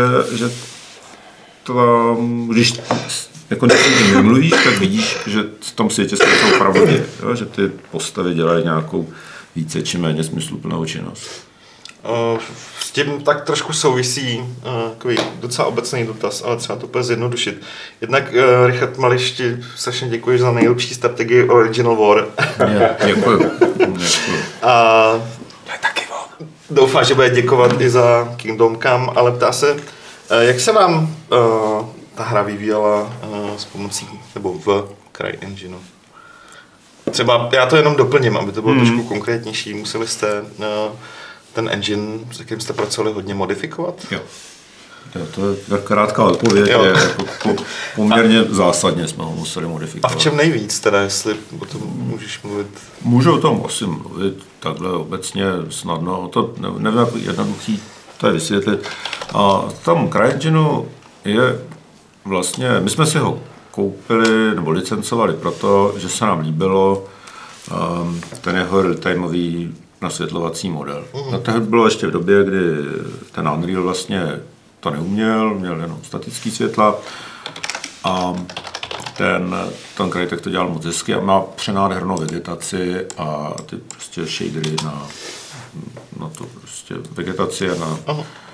to, když jako nemluvíš, tak vidíš, že v tom světě se to opravdu děje, že ty postavy dělají nějakou více či méně smysluplnou činnost. S tím tak trošku souvisí takový docela obecný dotaz, ale třeba to bude zjednodušit. Jednak Richard Mališ, ti strašně děkuji za nejlepší strategii Original War. Děkuji. A taky doufám, že bude děkovat i za Kingdom Come, ale ptá se, jak se vám ta hra vyvíjela s pomocí, nebo v CryEngineu? Třeba já to jenom doplním, aby to bylo trošku konkrétnější. Museli jste ten engine, s jakým jste pracovali, hodně modifikovat? Jo, to je krátká odpověď, jako poměrně zásadně jsme ho museli modifikovat. A v čem nejvíc teda, jestli o tom můžeš mluvit? Můžu o tom asi mluvit takhle obecně snadno, to nevím, jak jednoduchý to je vysvětlit. A v tom CryEngineu je vlastně, my jsme si ho koupili nebo licencovali proto, že se nám líbilo ten jeho real-timeový nasvětlovací model. No, to bylo ještě v době, kdy ten Unreal vlastně to neuměl, měl jenom statický světla a ten Crytek to dělal moc hezky a má přenádhernou vegetaci a ty prostě shadery na to prostě vegetaci a na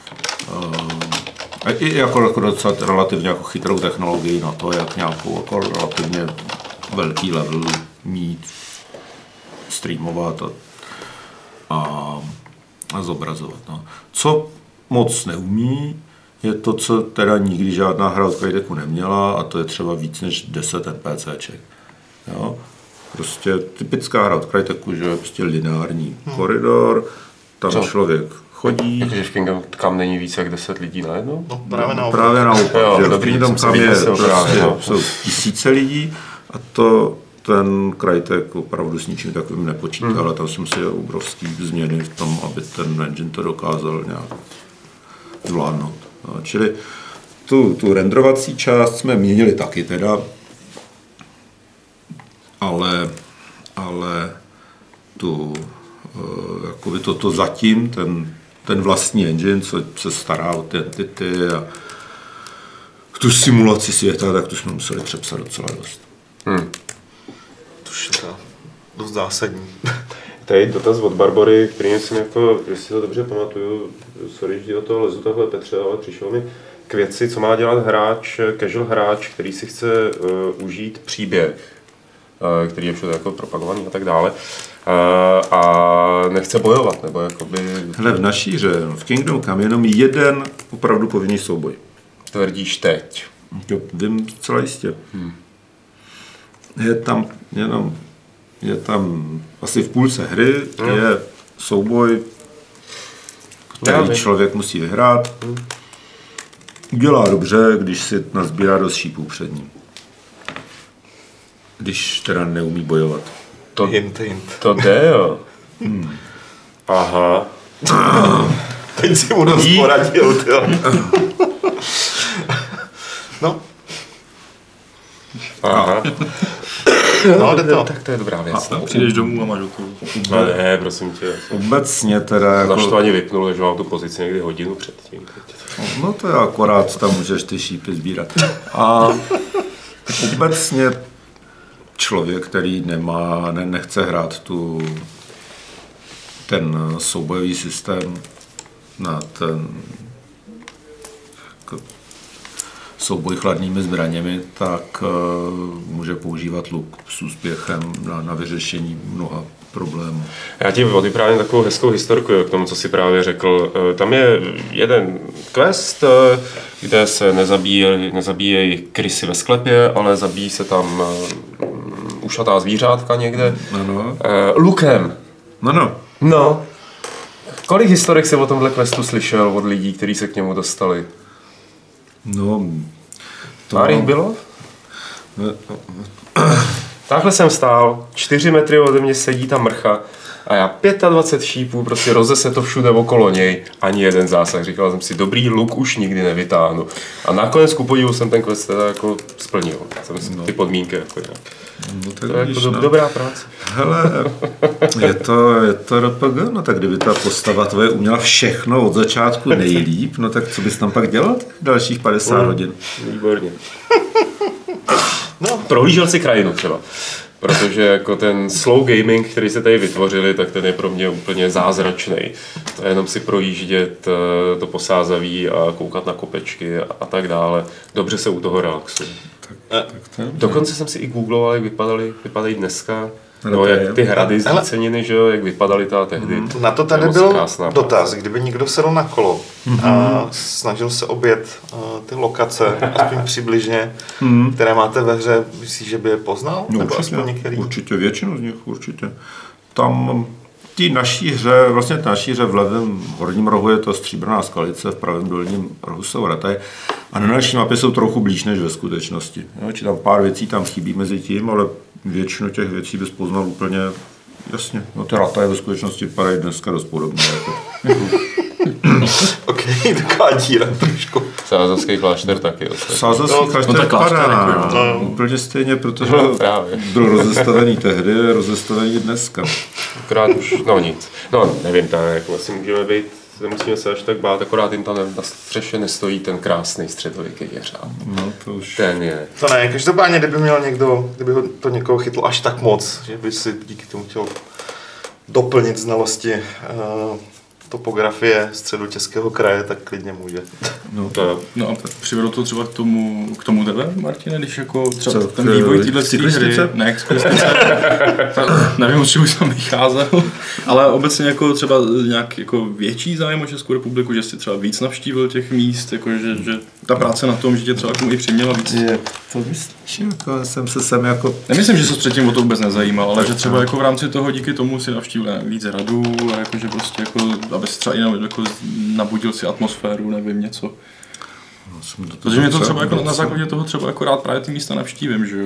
i jako docela relativně jako chytrou technologii na to, jak nějakou jako relativně velký level mít, streamovat a zobrazovat. No. Co moc neumí, je to, co teda nikdy žádná hra od Cryteku neměla, a to je třeba víc než 10 NPCček. Jo? Prostě typická hra od Cryteku, že je prostě lineární koridor, tam člověk chodí. Jakože v Kingdom Come není více jak 10 lidí najednou? No, právě naopak. Právě naopak. Jo, v Kingdom Come je jsou tisíce lidí a ten Crytek opravdu s ničím takovým nepočítá, ale tam jsem si obrovský změny v tom, aby ten engine to dokázal nějak zvládnout. No, čili tu renderovací část jsme měnili taky teda, ale jakoby to zatím, ten vlastní engine, co se stará o ty entity a tu simulaci světa, tak to jsme museli přepsat docela dost. To je dost zásadní. Tady dotaz od Barbory, který jsem jako, jestli si to dobře pamatuju, sorry, že do toho lezu takhle, Petře, ale přišel mi k věci, co má dělat hráč, casual hráč, který si chce užít příběh, který je všude jako propagovaný a tak dále, a nechce bojovat, nebo jakoby... Hele, v naší hře, v Kingdom Come jenom jeden opravdu povinný souboj. Tvrdíš teď. Jo, vím celá jistě. Je tam jenom je tam asi v půlce hry, je souboj, který člověk musí vyhrát. Udělá dobře, když si nazbírá dost šípů před ním. Když teda neumí bojovat. Hint. To jde, jo. Aha. Teď si mu dost poradil, jo. No. Aha. No, jde to. Tak to je dobrá věc. Přijdeš domů a máš hotovo. No ne, prosím tě. Obecně teda jako... Naštvaně vypnul, že mám tu pozici někdy hodinu předtím. No to je akorát, tam můžeš ty šípy sbírat. A obecně člověk, který nechce hrát ten soubojový systém na ten souboj chladnými zbraněmi, tak může používat luk s úspěchem na vyřešení mnoha problémů. Já ti vyprávím takovou hezkou historku k tomu, co jsi právě řekl. Tam je jeden quest, kde se nezabíjejí krysy ve sklepě, ale zabíjí se tam ušatá zvířátka někde. Ano. Lukem. No. No. Kolik historek jsi o tomhle questu slyšel od lidí, kteří se k němu dostali? No, Pár jich bylo? Takhle jsem stál, 4 metry ode mě sedí ta mrcha a já 25 šípů, prostě rozese to všude okolo něj, ani jeden zásah. Říkal jsem si, dobrý luk už nikdy nevytáhnu. A nakonec ku podivu jsem ten quest teda jako splnil. Jsem si ty podmínky jako nějak. No, to je jako dobrá práce. Hele, je to RPG, no tak kdyby ta postava tvoje uměla všechno od začátku nejlíp, no tak co bys tam pak dělal dalších 50 hodin? Výborně. No. Prohlížel si krajinu třeba. Protože jako ten slow gaming, který se tady vytvořili, tak ten je pro mě úplně zázračný. To je jenom si projíždět to posázaví a koukat na kopečky a tak dále. Dobře se u toho relaxuje. Dokonce jsem si i googloval, jak vypadají dneska. No, jak ty hrady z Víceniny, že jo, jak vypadaly tehdy. Na to tady byl dotaz, kdyby někdo sedl na kolo a snažil se objet ty lokace, aspoň přibližně, které máte ve hře, myslíš, že by je poznal? No, nebo aspoň některý? Určitě, většinu z nich určitě. Tam naší hře v levém horním rohu je to stříbrná skalice, v pravém dolním rohu jsou rataj a na naší mapě jsou trochu blíž než ve skutečnosti. Jo, či tam pár věcí tam chybí mezi tím, ale většinu těch věcí bys poznal úplně jasně. No ty rataje ve skutečnosti vypadají dneska dost podobně. Jako. Ok, taková díra trošku. Sázavský klášter taky. Sázavský klášter vypadá úplně stejně, protože byl rozestavený tehdy, je rozestavený dneska. Akorát už, no nic. No nevím, tak jako asi můžeme být, nemusíme se až tak bát, akorát jim tam na střeše nestojí ten krásný středověký jeřáb. No to už... Ten je. To ne, každopádně, kdyby měl někdo, kdyby to někoho chytlo až tak moc, že by si díky tomu chtěl doplnit znalosti topografie středočeského kraje, tak klidně může. No a přivedlo to třeba k tomu tebe, Martine, když jako třeba ten vývoj téhle hry, ne, nevím, o čemu jsem vycházel, ale obecně jako třeba nějak jako větší zájem o Českou republiku, že jsi třeba víc navštívil těch míst, jako že ta práce na tom, že tě třeba i přiměla víc. To myslíš, jako jsem se sem jako... Nemyslím, že se předtím o to vůbec nezajímal, ale že třeba jako v rámci toho díky tomu si navštívil víc hradů a jakože prostě jako, abys třeba i jako nabudil si atmosféru, nevím, něco. Protože mě to třeba jako na základě toho třeba jako rád právě ty místa navštívím, že jo?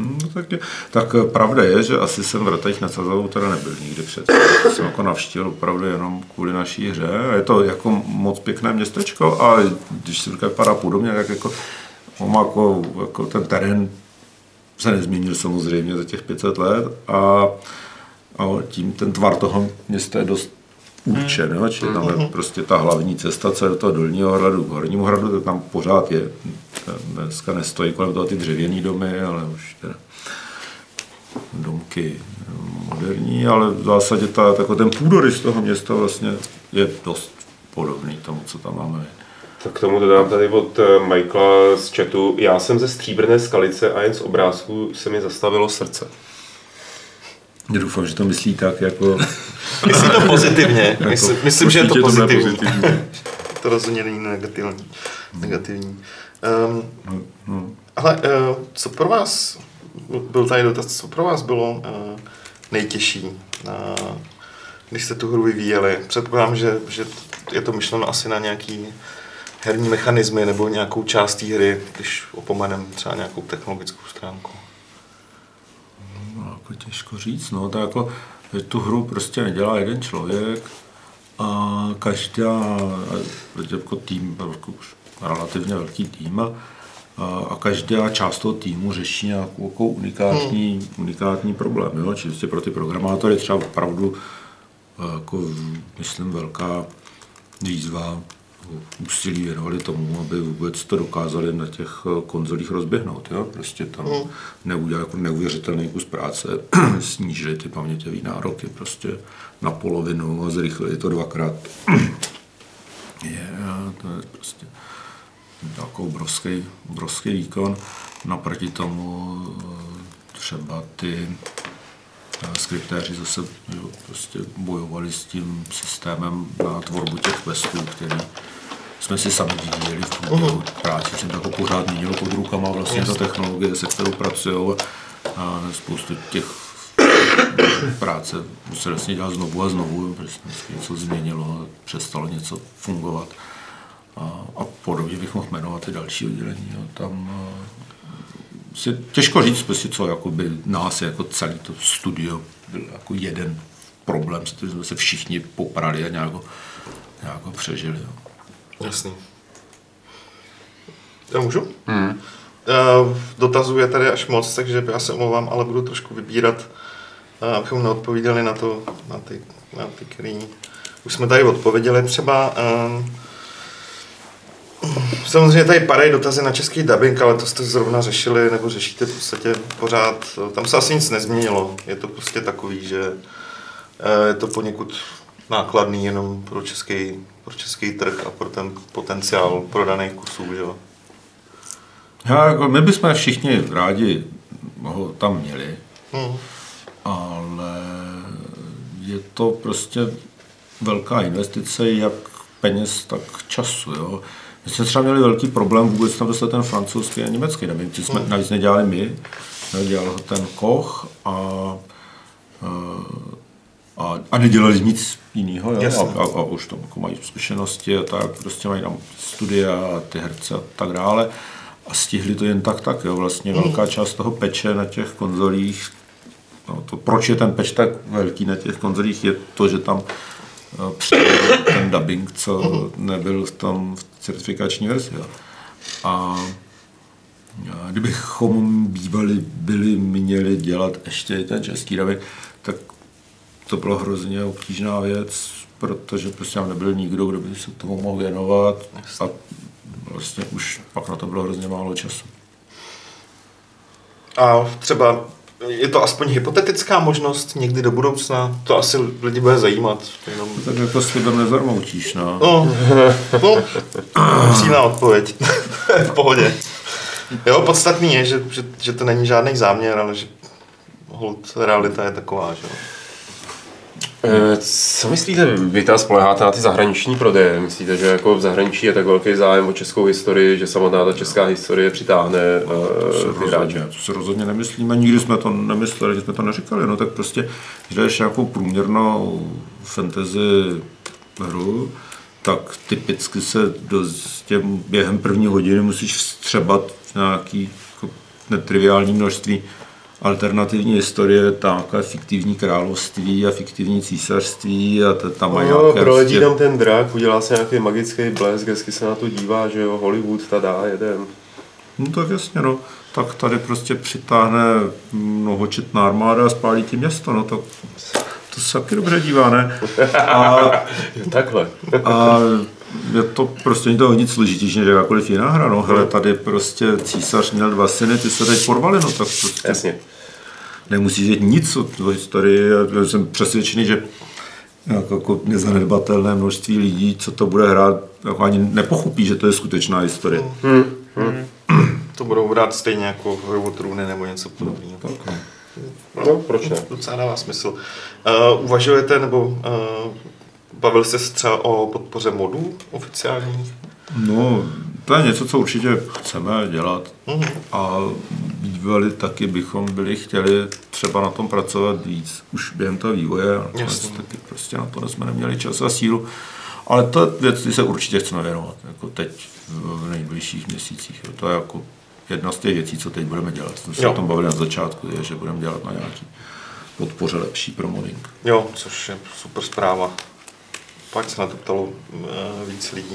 Tak pravda je, že asi jsem v Ratajích nad Sázavou teda nebyl nikdy předtím. Jsem jako navštívil opravdu jenom kvůli naší hře. Je to jako moc pěkné městečko a když si to vypadá podobně, tak jako jako ten terén se nezměnil samozřejmě za těch 500 let a tím ten tvar toho města je dost určen, čili tam je prostě ta hlavní cesta, co je do toho dolního hradu k hornímu hradu, to tam pořád je. Dneska nestojí kolem toho ty dřevěný domy, ale už teda domky moderní, ale v zásadě ten půdorys toho města vlastně je dost podobný tomu, co tam máme. Tak k tomu dodám tady od Michaela z chatu. Já jsem ze Stříbrné skalice a jen z obrázku se mi zastavilo srdce. Já doufám, že to myslí tak jako... Myslím to pozitivně. Myslím, že je to pozitivní. To rozhodně není negativní. Ale co pro vás, byl tady dotaz, co pro vás bylo nejtěžší, když jste tu hru vyvíjeli? Předpokládám, že je to myšleno asi na nějaký herní mechanismy nebo nějakou část té hry, když opomenem třeba nějakou technologickou stránku. No, jako těžko říct, no, to jako, tu hru prostě nedělá jeden člověk a každá, jako tým, jako už relativně velký tým, a každá část toho týmu řeší nějakou unikátní problém, jo? Čili pro ty programátory třeba opravdu jako, myslím, velká výzva úsilí věnovali tomu, aby vůbec to dokázali na těch konzolích rozběhnout. Jo? Prostě tam neudělali jako neuvěřitelný kus práce, snížili ty paměťové nároky prostě na polovinu a zrychlili to 2x. To je prostě jako obrovský výkon. Naproti tomu třeba ty skriptéři zase prostě bojovali s tím systémem na tvorbu těch questů, který jsme si sami vyvíjeli v průběhu práci. Jsem to jako pořád měnil pod rukama vlastně ta technologie, se kterou pracují a spoustu těch práce se vlastně dělat znovu a znovu, protože něco změnilo, přestalo něco fungovat. A podobně bych mohl jmenovat i další oddělení. Jo. Tam se těžko říct, prostě, co jakoby nás jako celý to studio byl jako jeden problém, s kterým jsme se všichni poprali a nějak přežili. Jo. Jasný. Já můžu? Dotazů je tady až moc, takže já se omlouvám, ale budu trošku vybírat, abychom neodpovídali na ty, který už jsme tady odpověděli. Třeba samozřejmě tady padají dotazy na český dubbing, ale to jste zrovna řešili, nebo řešíte v podstatě pořád. Tam se asi nic nezměnilo. Je to prostě takový, že je to poněkud nákladný jenom pro český trh a pro ten potenciál prodaných kusů, že jo? Jako my bychom všichni rádi ho tam měli, ale je to prostě velká investice, jak peněz, tak času, jo. My jsme třeba měli velký problém vůbec tam dostat ten francouzský a německý, nevím, co jsme navíc nedělali my, dělal ho ten Koch a nedělali nic jiného, a už tam jako mají zkušenosti a tak, prostě mají tam studia a ty herce a tak dále a stihli to jen tak, jo, vlastně velká část toho peče na těch konzolích, no, to, proč je ten peč tak velký na těch konzolích, je to, že tam přijde ten dubbing, co nebyl v certifikační verzi. Jo. A kdybychom měli dělat ještě i ten český dubbing, tak to bylo hrozně obtížná věc, protože prostě tam nebyl nikdo, kdo by se tomu mohl věnovat a vlastně už pak na to bylo hrozně málo času. A třeba je to aspoň hypotetická možnost někdy do budoucna? To asi lidi bude zajímat. Jenom... Tak jako slibem nezarmoutíš, no. No, přímá odpověď. V pohodě. Jo, podstatný je, že to není žádný záměr, ale že holt realita je taková, že jo. Co myslíte, vy tam spoléháte na ty zahraniční prodeje? Myslíte, že jako v zahraničí je tak velký zájem o českou historii, že samotná ta česká historie přitáhne to se rozhodně nemyslíme, nikdy jsme to nemysleli, že jsme to neříkali, no tak prostě, když jdeš nějakou průměrnou fantasy hru, tak typicky se během první hodiny musíš vstřebat nějaký jako netriviální množství alternativní historie, také fiktivní království a fiktivní císařství a tam mají nějaké... proledí tam ten drak, udělá se nějaký magický blesk, hezky se na to dívá, že jo, Hollywood, tada, jedem. No tak jasně, no. Tak tady prostě přitáhne mnohočetná armáda a spálí tím město, no to se taky dobře dívá, ne? Takhle. A je to prostě není toho nic složitější než jakákoliv jiná hra, no. Hele, tady prostě císař měl 2 syny, ty se teď porvali, no tak prostě... Jasně. Nemusíš vědět nic o té historii, já jsem přesvědčený, že jako nezanedbatelné množství lidí, co to bude hrát, jako ani nepochopí, že to je skutečná historie. To budou brát stejně jako Hru o trůny nebo něco podobného. No, proč ne? Docela dává smysl. Uvažujete nebo bavil jste se třeba o podpoře modů oficiálních? No, To je něco, co určitě chceme dělat a bývali taky bychom chtěli třeba na tom pracovat víc už během toho vývoje, ale taky prostě na to jsme neměli čas a sílu. Ale to věci se určitě chceme věnovat, jako teď v nejbližších měsících. To je jako jedna z těch věcí, co teď budeme dělat. Jsme se o tom bavili na začátku, je, že budeme dělat na nějaký podpoře lepší promoting. Jo, což je super zpráva. Pak se na to ptalo víc lidí.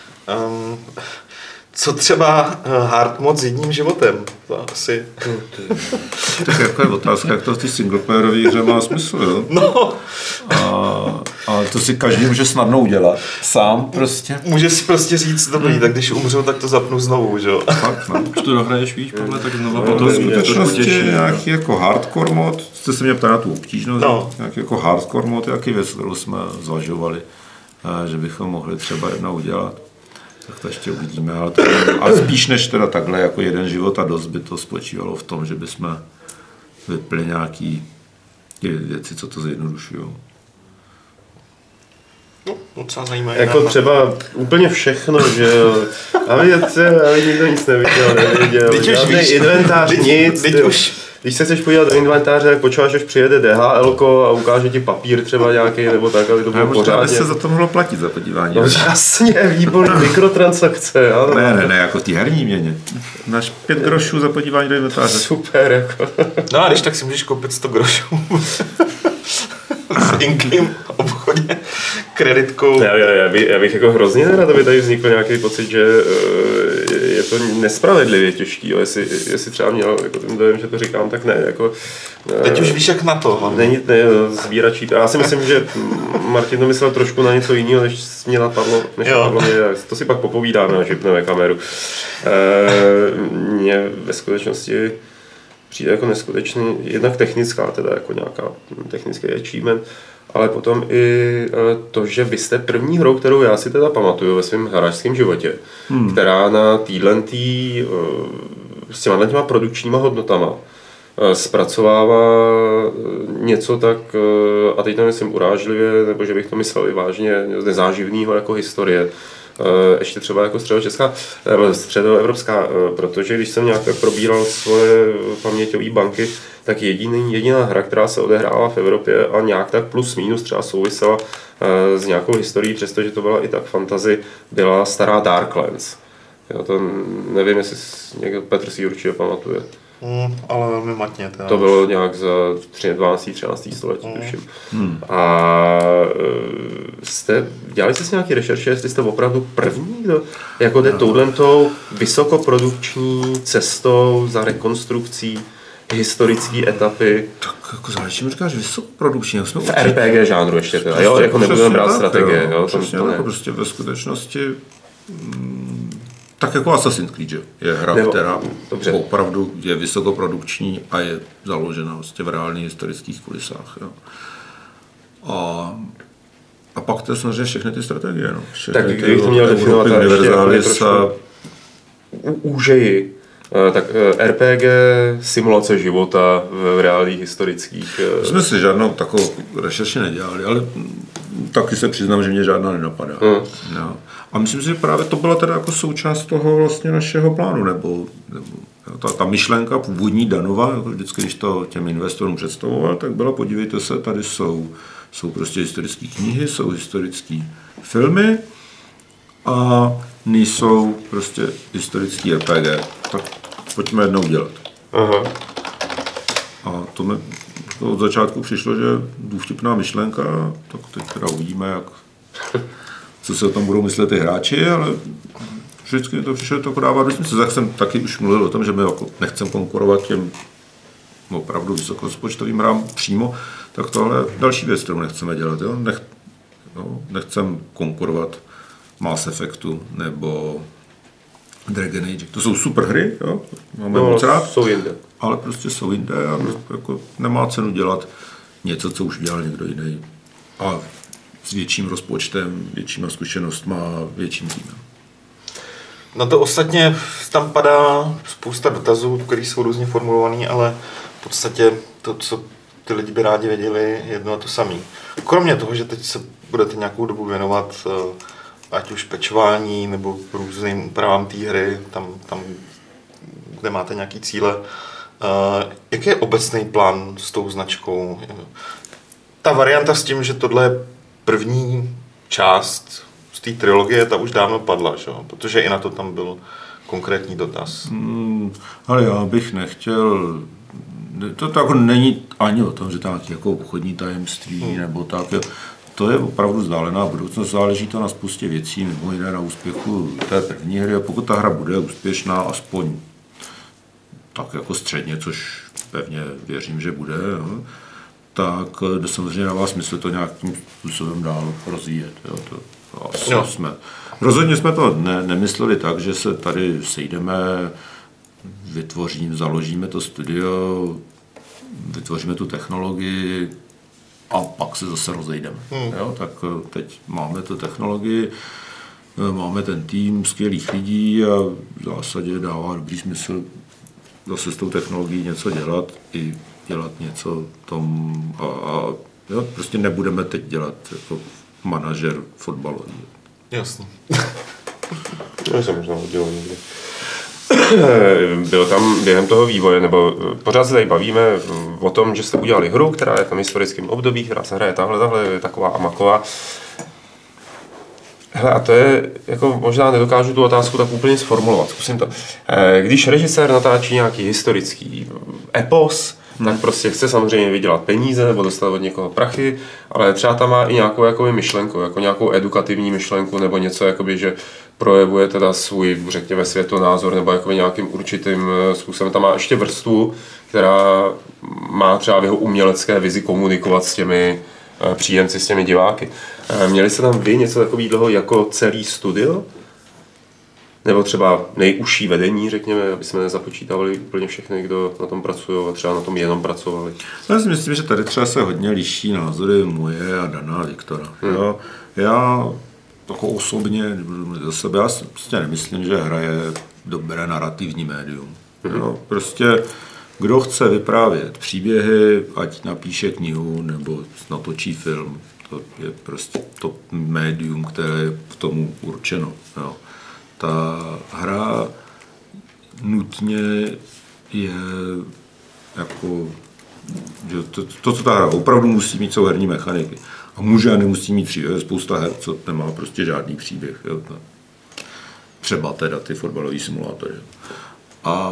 Co třeba hard mod s jedním životem? To asi... Tak jako je otázka, jak to v té singleplayerové hře má smysl, jo? No. A to si každý může snadno udělat. Sám prostě. Může si prostě říct, dobrý, tak když umřu, tak to zapnu znovu, že jo? Fakt, no. Už to dohraješ, víš, Pavle, tak znova No, potom to je skutečnosti nějaký jako hardcore mod, jste se mě ptali na tu obtížnost, nějaký jako hardcore mod je jaký věc, kterou jsme zvažovali, že bychom mohli třeba jednou udělat. Tak to ještě uvidíme, ale spíš než teda takhle jako jeden život a dost by to spočívalo v tom, že bychom vypli nějaký věci, co to zjednodušují. No, docela zajímavé. Jako třeba úplně všechno, že jo. Ale nikdo nic neviděl. Žádný inventář, nic. Když se chceš podívat do inventáře, tak počkáš, až přijede DHL-ko a ukáže ti papír třeba nějaký nebo tak, aby to bylo pořádně. Možná by se za to mohlo platit za podívání. No jasně, výborný, mikrotransakce. Ano. Ne, jako ty herní měně. Máš 5 grošů za podívání do inventáře. Super, jako. No a když tak si můžeš koupit 100 grošů. S in-game obchodě, kreditkou. Já bych jako hrozně nerad, aby tady vznikl nějaký pocit, že je to nespravedlivě těžký, jo. Jestli třeba měl jako tím dojem, že to říkám, tak ne. Jako, teď už víš jak na to. Není sbíračí. Já si myslím, že Martin to myslel trošku na něco jiného, než mě napadlo. To si pak popovídáme, až vypneme kameru. Mně ve skutečnosti přijde jako neskutečný, jednak technická, teda jako nějaká technický achievement, ale potom i to, že vy jste první hrou, kterou já si teda pamatuju ve svém hráčském životě, která na s těma produkčníma hodnotama zpracovává něco tak, a teď to myslím urážlivě, nebo že bych to myslel i vážně, nezáživného jako historie, ještě třeba jako středoevropská, protože když jsem nějak tak probíral svoje paměťové banky, tak jediná hra, která se odehrála v Evropě a nějak tak plus minus třeba souvisela s nějakou historií, přestože to byla i tak fantasy, byla stará Darklands. Já to nevím, jestli někdo, Petr si určitě pamatuje. Ale velmi matně. To bylo nějak za 12. 13. století, tuším. A dělali jste si nějaké rešerše, jestli jste opravdu první, kdo jako jde touhletou vysokoprodukční cestou za rekonstrukcí historické etapy. Tak jako záleží, mi říkáš vysokoprodukční. V RPG žánru ještě teda, jo? Jako nebudeme brát strategie. Jo? Přesně tak, prostě ve skutečnosti tak jako Assassin's Creed, že? Je hra, která opravdu je vysokoprodukční a je založena vlastně v reálných historických kulisách. Jo. A pak to je samozřejmě všechny ty strategie. No. Tak kdybych to měl definovat ještě úžeji, tak RPG, simulace života v reálných historických... Jsme si žádnou takovou rešerši nedělali, ale taky se přiznám, že mě žádná nenapadá. No. A myslím si, že právě to byla teda jako součást toho vlastně našeho plánu, nebo ta myšlenka původní Danova, jako vždycky, když to těm investorům představoval, tak byla, podívejte se, tady jsou prostě historické knihy, jsou historické filmy a nejsou prostě historický RPG. Tak pojďme jednou dělat. Aha. A to mi od začátku přišlo, že důvtipná myšlenka, tak teď teda uvidíme, co si o tom budou myslet ty hráči, ale vždycky to přišlo, to dává do smyslu. Tak jsem taky už mluvil o tom, že my jako nechcem konkurovat těm opravdu vysokorozpočtovým hrám přímo, tak tohle je další věc, kterou nechceme dělat. Jo? Nechcem konkurovat Mass Effectu nebo Dragon Age. To jsou super hry, jo? Máme moc rád, jsou jinde. Ale prostě jsou jinde a jako nemá cenu dělat něco, co už dělal někdo jiný. A s větším rozpočtem, většíma zkušenostma a větším týmem. Na to ostatně tam padá spousta dotazů, které jsou různě formulované, ale v podstatě to, co ty lidi by rádi věděli, je jedno a to samé. Kromě toho, že teď se budete nějakou dobu věnovat ať už pečování nebo různým úpravám té hry, tam, kde máte nějaký cíle. Jaký je obecný plán s tou značkou? Ta varianta s tím, že tohle je první část z té trilogie, ta už dávno padla, že? Protože i na to tam byl konkrétní dotaz. Ale já bych nechtěl, to jako není ani o tom, že to nějaké jako obchodní tajemství nebo tak, to je opravdu vzdálená budoucnost, záleží to na spoustě věcí, mimo jiné na úspěchu té první hry a pokud ta hra bude úspěšná, aspoň tak jako středně, což pevně věřím, že bude, jo, tak samozřejmě dává smysl to nějakým způsobem dál rozvíjet. Jo, rozhodně jsme to nemysleli tak, že se tady sejdeme, založíme to studio, vytvoříme tu technologii a pak se zase rozejdeme. Jo, tak teď máme tu technologii, máme ten tým skvělých lidí a v zásadě dává dobrý smysl zase s tou technologií něco dělat i dělat něco tom a jo, prostě nebudeme teď dělat jako manažer fotbalový. Jasně. To se možná hodilo někdy. Bylo tam během toho vývoje, nebo pořád se tady bavíme o tom, že jste udělali hru, která je v tom historickém období, která se hraje tahle je taková a maková. Hele, a to je, jako možná nedokážu tu otázku tak úplně sformulovat, zkusím to. Když režisér natáčí nějaký historický epos, tak prostě chce samozřejmě vydělat peníze nebo dostat od někoho prachy, ale třeba tam má i nějakou jakoby myšlenku, jako nějakou edukativní myšlenku nebo něco, jakoby, že projevuje teda svůj, řekněme, světonázor nebo jakoby nějakým určitým způsobem. Tam má ještě vrstvu, která má třeba v jeho umělecké vizi komunikovat s těmi příjemci, s těmi diváky. Měli jste tam vy něco takového jako celý studio? Nebo třeba nejužší vedení, řekněme, aby jsme nezapočítávali úplně všechny, kdo na tom pracují a třeba na tom jenom pracovali. Já si myslím, že tady třeba se hodně liší názory moje a Dana a Viktora. Jo? Já jako osobně za sebe, já si prostě nemyslím, že hra je dobré narrativní médium. Jo? Prostě kdo chce vyprávět příběhy, ať napíše knihu nebo natočí film. To je prostě to médium, které je k tomu určeno. Jo. Ta hra nutně je jako, že to, co ta hra opravdu musí mít, jsou herní mechaniky. A může a nemusí mít příběh. Spousta her, co nemá prostě žádný příběh. Jo. Třeba teda ty fotbalový simulátory. A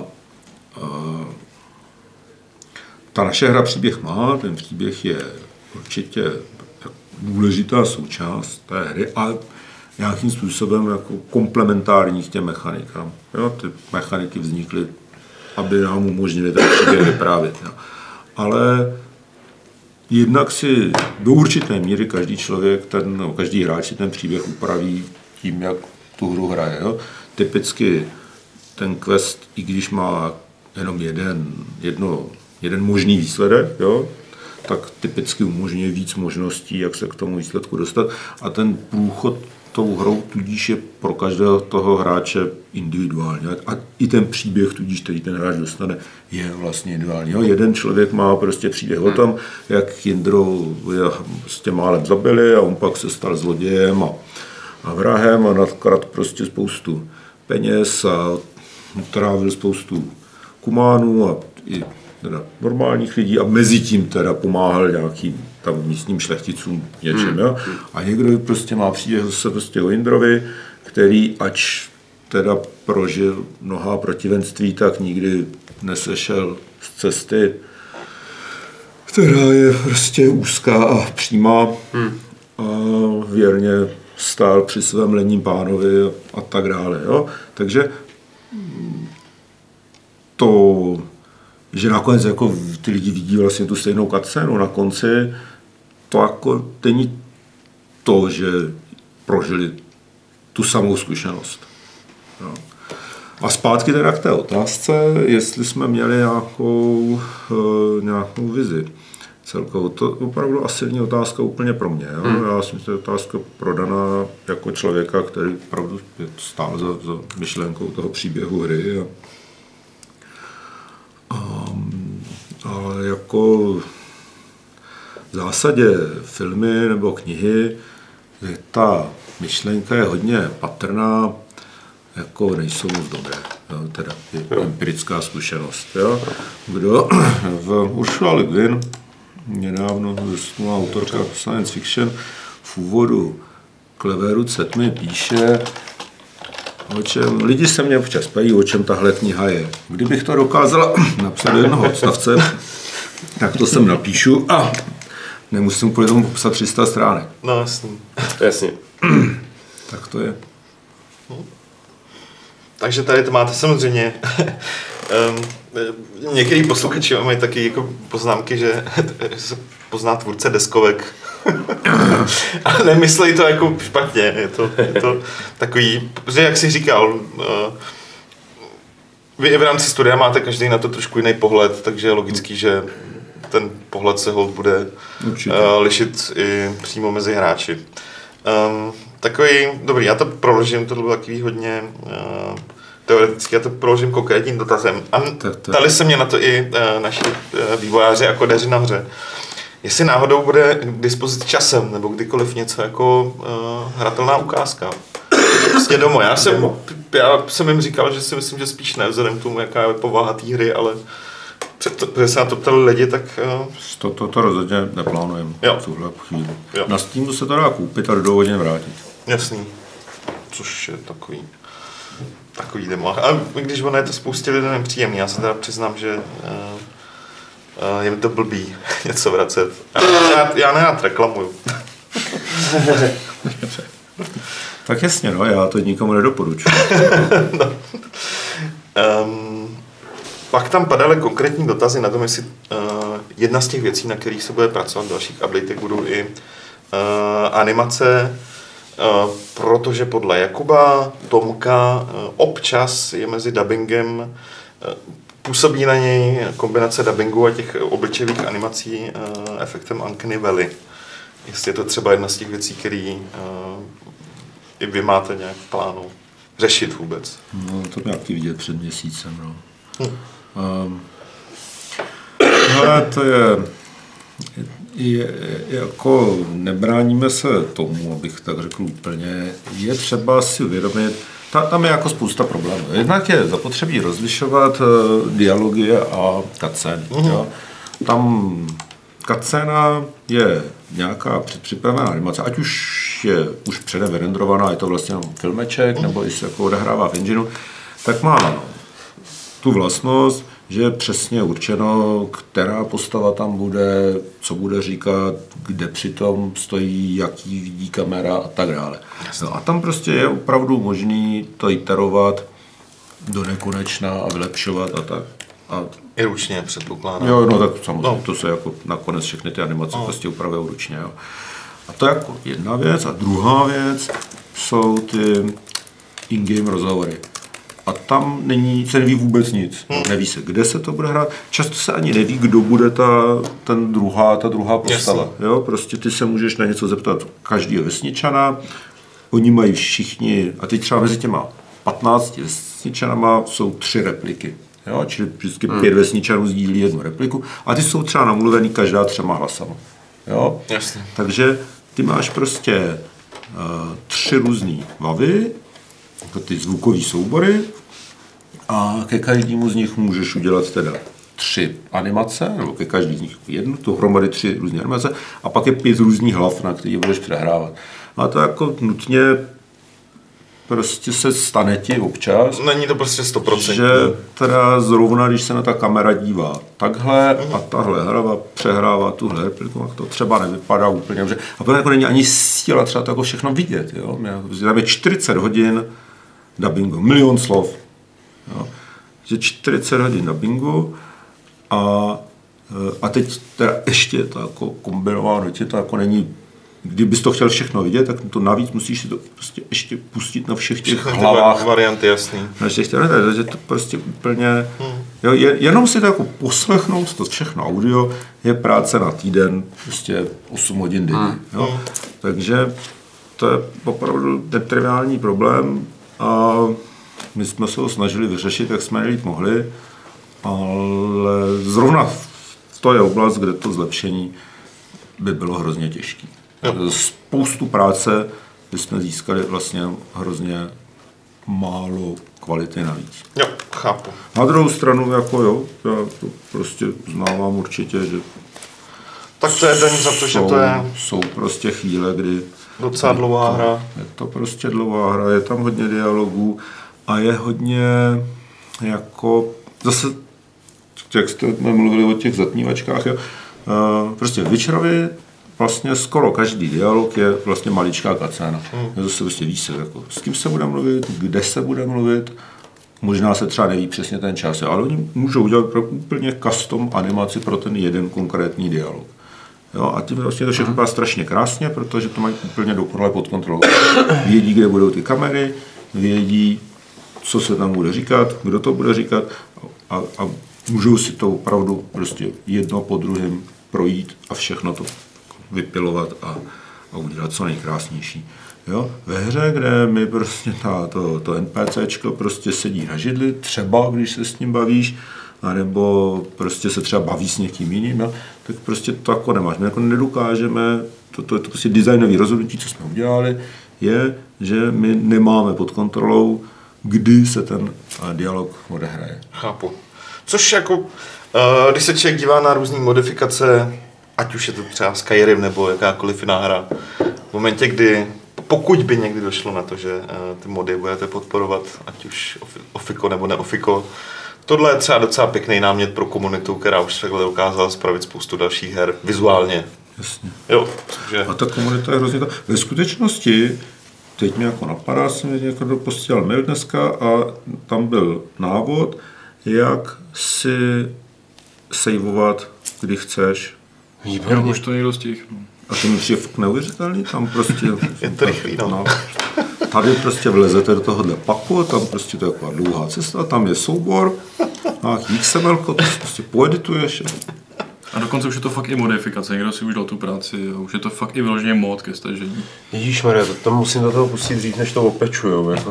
ta naše hra příběh má, ten příběh je určitě důležitá součást té hry a nějakým způsobem jako komplementární k těm mechanikám. Jo, ty mechaniky vznikly, aby nám umožnili ten příběh vyprávět. Jo. Ale jednak si do určité míry každý člověk, každý hráč si ten příběh upraví tím, jak tu hru hraje. Jo. Typicky ten quest, i když má jenom jeden možný výsledek, jo, tak typicky umožňuje víc možností, jak se k tomu výsledku dostat. A ten průchod tou hrou tudíž je pro každého toho hráče individuální. A i ten příběh tudíž, který ten hráč dostane, je vlastně individuální. Jo, jeden člověk má prostě příběh o tom, jak Jindru prostě málem zabili a on pak se stal zlodějem a vrahem a nadkradl prostě spoustu peněz a trávil spoustu kumánů a i teda normálních lidí a mezi tím teda pomáhal nějakým tam místním šlechticům něčem. Jo? A někdo prostě má příběh zase prostě o Jindrovi, který ač teda prožil mnoha protivenství, tak nikdy nesešel z cesty, která je prostě úzká a přímá a věrně stál při svém lenním pánovi a tak dále. Jo? Takže to, že nakonec jako ty lidi vidí vlastně tu stejnou cutscénu na konci, to jako není to, že prožili tu samou zkušenost. Jo. A zpátky teda k té otázce, jestli jsme měli nějakou vizi celkovou. To opravdu asi není otázka úplně pro mě. Jo. Já si myslím, že to je otázka pro Dana jako člověka, který opravdu stál za myšlenkou toho příběhu hry. Ale jako v zásadě filmy nebo knihy je ta myšlenka je hodně patrná, jako nejsou moc dobré. Jo, teda je empirická zkušenost. Jo. Kdo v Ursula Le Guin, nedávno zesnulá autorka science fiction, v úvodu Klevéruce tmy píše, o čem lidi se mě občas ptají, o čem tahle kniha je. Kdybych to dokázala napsat do jednoho odstavce, tak to sem napíšu a nemusím kvůli tomu popsat 300 stránek. No jasně. Jasně. Tak to je. Takže tady to máte samozřejmě. Některý posluchači mají taky jako poznámky, že se pozná tvůrce deskovek. Ale nemyslej to jako špatně. Je to takový, protože jak jsi říkal, vy i v rámci studia máte každý na to trošku jiný pohled, takže je logický, že ten pohled se holt bude lišit i přímo mezi hráči. Takový, dobrý, já to proložím, to bylo takový hodně teoreticky, já to proložím konkrétním dotazem. A ptali se mě na to i naši vývojáři a kodeři na hře. Jestli náhodou bude k dispozici časem, nebo kdykoliv něco jako hratelná ukázka. Prostě demo. Já jsem jim říkal, že si myslím, že spíš ne, vzhledem k tomu, jaká je povaha té hry, ale protože se na to ptali lidi, tak... To rozhodně neplánujeme v tuhle chvíli. Na Steamu se to dá koupit a do hodin vrátit. Jasný. Což je takový demo. A když ono je to spoustě lidem nepříjemný, já se teda přiznám, že je mi to blbý něco vracet. Já nerad reklamuju. Tak jasně, no, já to nikomu nedoporučuji. No. Pak tam padaly konkrétní dotazy na tom, jestli jedna z těch věcí, na kterých se bude pracovat v dalších updatech, budou i animace, protože podle Jakuba Tomka občas je mezi dubbingem, působí na něj kombinace dubbingu a těch obličejových animací efektem Uncanny Valley. Jestli je to třeba jedna z těch věcí, který i vy máte nějak v plánu řešit vůbec. No, to nějaký vidět před měsícem, no. Ale to je jako nebráníme se tomu, abych tak řekl úplně, je třeba si uvědomit, tam je jako spousta problémů. Jednak je zapotřebí rozlišovat dialogy a cutscény. Tam cutscéna je nějaká předpřipravená animace, ať už je už předem vyrendrovaná, je to vlastně filmeček, nebo i se jako odehrává v engineu, tak má tu vlastnost, že je přesně určeno, která postava tam bude, co bude říkat, kde přitom stojí, jaký vidí kamera a tak dále. No a tam prostě je opravdu možný to iterovat do nekonečna a vylepšovat a tak. I ručně předpokládám. Jo, no tak samozřejmě, to se jako nakonec všechny ty animace prostě upravují ručně. Jo. A to je jako jedna věc. A druhá věc jsou ty in-game rozhovory. A tam se neví vůbec nic. Neví se, kde se to bude hrát. Často se ani neví, kdo bude ta druhá postava. Jo? Prostě ty se můžeš na něco zeptat každého vesničana. Oni mají všichni, a teď třeba mezi těma 15 vesničanama jsou 3 repliky. Jo? Čili vždycky 5 vesničanů sdílí jednu repliku. A ty jsou třeba namluvený každá 3 hlasama. Jo? Jasně. Takže ty máš prostě 3 různý vavy, ty zvukové soubory a ke každému z nich můžeš udělat teda 3 animace, nebo ke každý z nich jednu, to hromady 3 různé animace a pak je 5 různých hlav, na který budeš přehrávat. A to jako nutně prostě se stane ti občas. Není to prostě 100%. Že teda zrovna, když se na ta kamera dívá takhle a tahle hlava přehrává tuhle repliku, to třeba nevypadá úplně dobře. A potom jako není ani síla třeba to jako všechno vidět. Jo? Tam je 40 hodin dubbingu, 1 000 000 slov. Jo? Že 40 hodin dubbingu a teď teda ještě to jako kombinováno, to jako není. Kdybys to chtěl všechno vidět, tak to navíc musíš si to prostě ještě pustit na všech těch hlavách. Varianty, jasný. Takže to prostě úplně... Jo, jenom si to jako poslechnout, to všechno audio, je práce na týden, prostě 8 hodin denně. Takže to je opravdu netriviální problém a my jsme se ho snažili vyřešit, jak jsme nejlíp mohli, ale zrovna to je oblast, kde to zlepšení by bylo hrozně těžké. Spoustu práce bychom získali vlastně hrozně málo kvality navíc. Jo, chápu. Na druhou stranu, jako jo, já to prostě uznávám určitě, že Tak to je daň za to, že to je jsou prostě chvíle, kdy docela dlouhá hra. Je to prostě dlouhá hra, je tam hodně dialogů a je hodně jako zase, jak jste mluvili o těch zatmívačkách, jo, prostě v Witcherovi vlastně skoro každý dialog je vlastně maličká kacéna. Zase prostě ví se, jako, s kým se bude mluvit, kde se bude mluvit, možná se třeba neví přesně ten čas, ale oni můžou udělat úplně custom animaci pro ten jeden konkrétní dialog. Jo, a tím vlastně to všechno vypadá strašně krásně, protože to mají úplně dokonale pod kontrolou. Vědí, kde budou ty kamery, vědí, co se tam bude říkat, kdo to bude říkat a můžou si to opravdu prostě jedno po druhém projít a všechno to vypilovat a udělat co nejkrásnější. Jo? Ve hře, kde mi prostě to NPCčko prostě sedí na židli, třeba když se s ním bavíš, anebo prostě se třeba baví s někým jiným, jo? Tak prostě to jako nemáš. My jako nedokážeme, to je to prostě designové rozhodnutí, co jsme udělali, je, že my nemáme pod kontrolou, kdy se ten dialog odehraje. Chápu. Což jako, když se člověk dívá na různé modifikace, ať už je to třeba Skyrim nebo jakákoliv jiná hra, v momentě, kdy, pokud by někdy došlo na to, že ty mody budete podporovat, ať už ofiko nebo neofiko, tohle je třeba docela pěkný námět pro komunitu, která už se dokázala spravit spoustu dalších her vizuálně. Jasně. Jo, že... A ta komunita je hrozně ve skutečnosti, teď mě jako napadá, jsem někdo posílal mail dneska a tam byl návod, jak si saveovat, kdy chceš. Výborně. Už to někdo stihl. A to mi přijde fakt neuvěřitelný, tam prostě... je to rychlý, no. Tady prostě vlezete do tohohle paku, tam prostě to je taková dlouhá cesta, tam je soubor, nějaký XML-ko, to prostě poedituješ. A dokonce už je to fakt i modifikace, někdo si už dal tu práci a už je to fakt i vyloženě mod ke stažení. Ježíšmarja, to musím do toho pustit dřív, než to opečujou. Jako.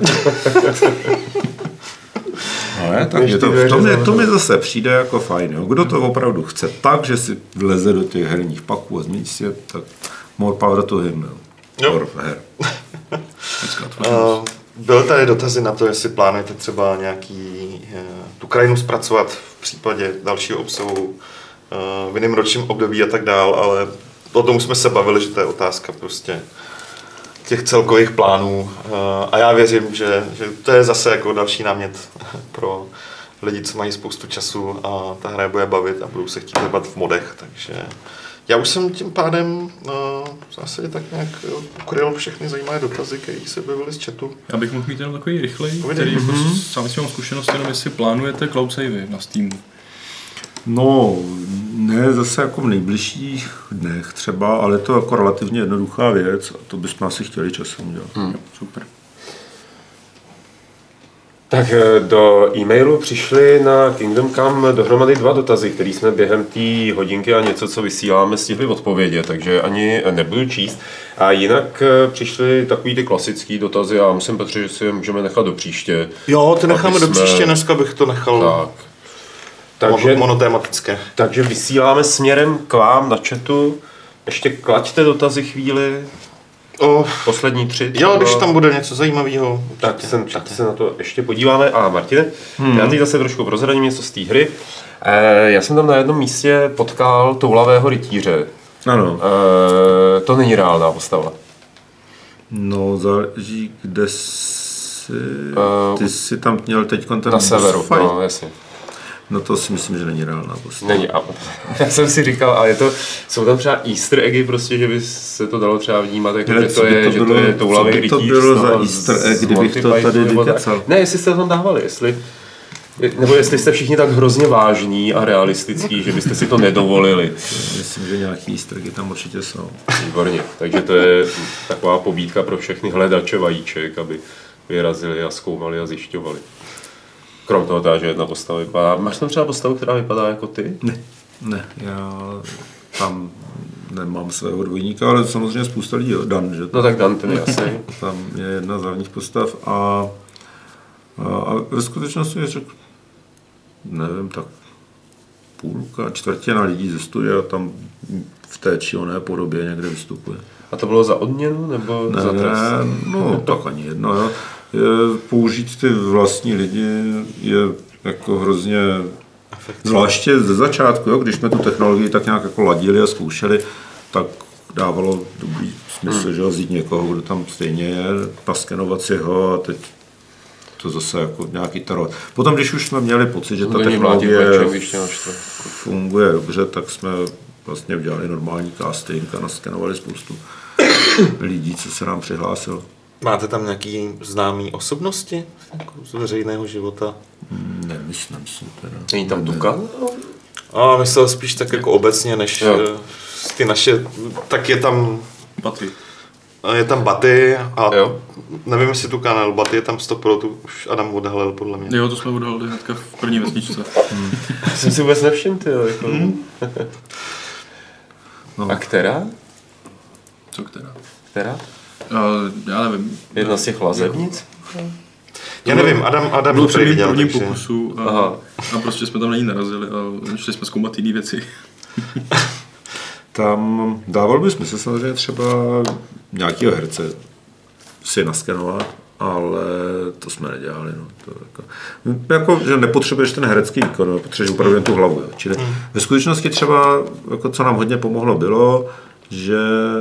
No, tak je to mi zase přijde jako fajn. Jo. Kdo to opravdu chce tak, že si vleze do těch herních paků a změní si je, tak more power to him. Jo. Byly tady dotazy na to, jestli plánujete třeba nějaký tu krajinu zpracovat v případě dalšího obsahu v jiném ročním období a tak dál, ale o tom jsme se bavili, že to je otázka prostě těch celkových plánů a já věřím, že to je zase jako další námět pro lidi, co mají spoustu času a ta hra je bude bavit a budou se chtít hlebat v modech, takže já už jsem tím pádem v zásadě tak nějak pokryl všechny zajímavé dotazy, které se objevily z chatu. Já bych mohl mít jenom takový rychlej, který sám si mám zkušenost, jenom jestli plánujete cloud savey na Steamu. No, ne zase jako v nejbližších dnech třeba, ale to je jako relativně jednoduchá věc a to bychom asi chtěli časem dělat. Super. Tak do e-mailu přišly na Kingdom Come dohromady 2 dotazy, které jsme během té hodinky a něco, co vysíláme, stihli odpovědět, takže ani nebudu číst. A jinak přišly takový ty klasický dotazy a musím Petře, že si je můžeme nechat do příště. Jo, ty necháme do příště, dneska bych to nechal takže monotématické. Takže vysíláme směrem k vám na chatu. Ještě klaďte dotazy chvíli. Poslední 3. Jo, když tam bude něco zajímavého. Tak se na to ještě podíváme. A Martine, já teď zase trošku prozradím něco z té hry. Já jsem tam na jednom místě potkal toulavého rytíře. Ano. To není reálná postava. No, záleží, kde jsi... Ty jsi tam měl teď ten na severu, no jasně. No to si myslím, že není reálná postava. Není. Já jsem si říkal, ale jsou tam třeba easter eggy prostě, že by se to dalo třeba vnímat, jako, že to je toulavý rytíř. Co by to bylo za easter egg, kdybych to tady vykecal? Ne, jestli jste to tam dávali, nebo jestli jste všichni tak hrozně vážní a realistický, že byste si to nedovolili. Myslím, že nějaký easter eggy tam určitě jsou. Výborně, takže to je taková pobídka pro všechny hledače vajíček, aby vyrazili a zkoumali a zjišťovali. Krom toho, že jedna postava vypadá... Máš tam třeba postavu, která vypadá jako ty? Ne, já tam nemám svého dvojníka, ale samozřejmě spousta lidí, Dan, že? No tak Dan, ten je jasný. Tam je jedna z hlavních postav a ve skutečnosti řekl, nevím, tak půlka, čtvrtina lidí ze studia tam v té či oné podobě někde vystupuje. A to bylo za odměnu nebo za trest? No, tak ani jedno. Jo. Použít ty vlastní lidi je jako hrozně, zvláště ze začátku, jo, když jsme tu technologii tak nějak jako ladili a zkoušeli, tak dávalo dobrý smysl, že vzít někoho, kdo tam stejně je, naskenovat si ho a teď to zase jako nějaký teror. Potom, když už jsme měli pocit, že ta technologie funguje dobře, tak jsme vlastně udělali normální casting a naskenovali spoustu lidí, co se nám přihlásilo. Máte tam nějaký známý osobnosti jako z veřejného života? Nemyslím si teda. Není tam Tukan? A myslel spíš tak jako obecně, než ty naše, tak je tam Baty. Je tam Baty a jo. Nevím, jestli Tukan, ale Baty je tam 100%, tu už Adam odhalil podle mě. Jo, to jsme odhalili hnedka v první vesničce. Jsem si vůbec nevšiml, tyjo. Jako. No. A která? Co která? Která? Já nevím. Jedna z těch lazebnic? Já nevím, Adam byl to při viděl, prvním takže... pokusu a prostě jsme tam na ní narazili a šli jsme zkoumat jiné věci. Tam dával by smysl samozřejmě třeba nějakého herce si naskenovat, ale to jsme nedělali. No. To jako, že nepotřebuješ ten herecký výkon, no, potřebuješ opravdu jen tu hlavu. Jo. Čili ve skutečnosti třeba, jako, co nám hodně pomohlo, bylo, že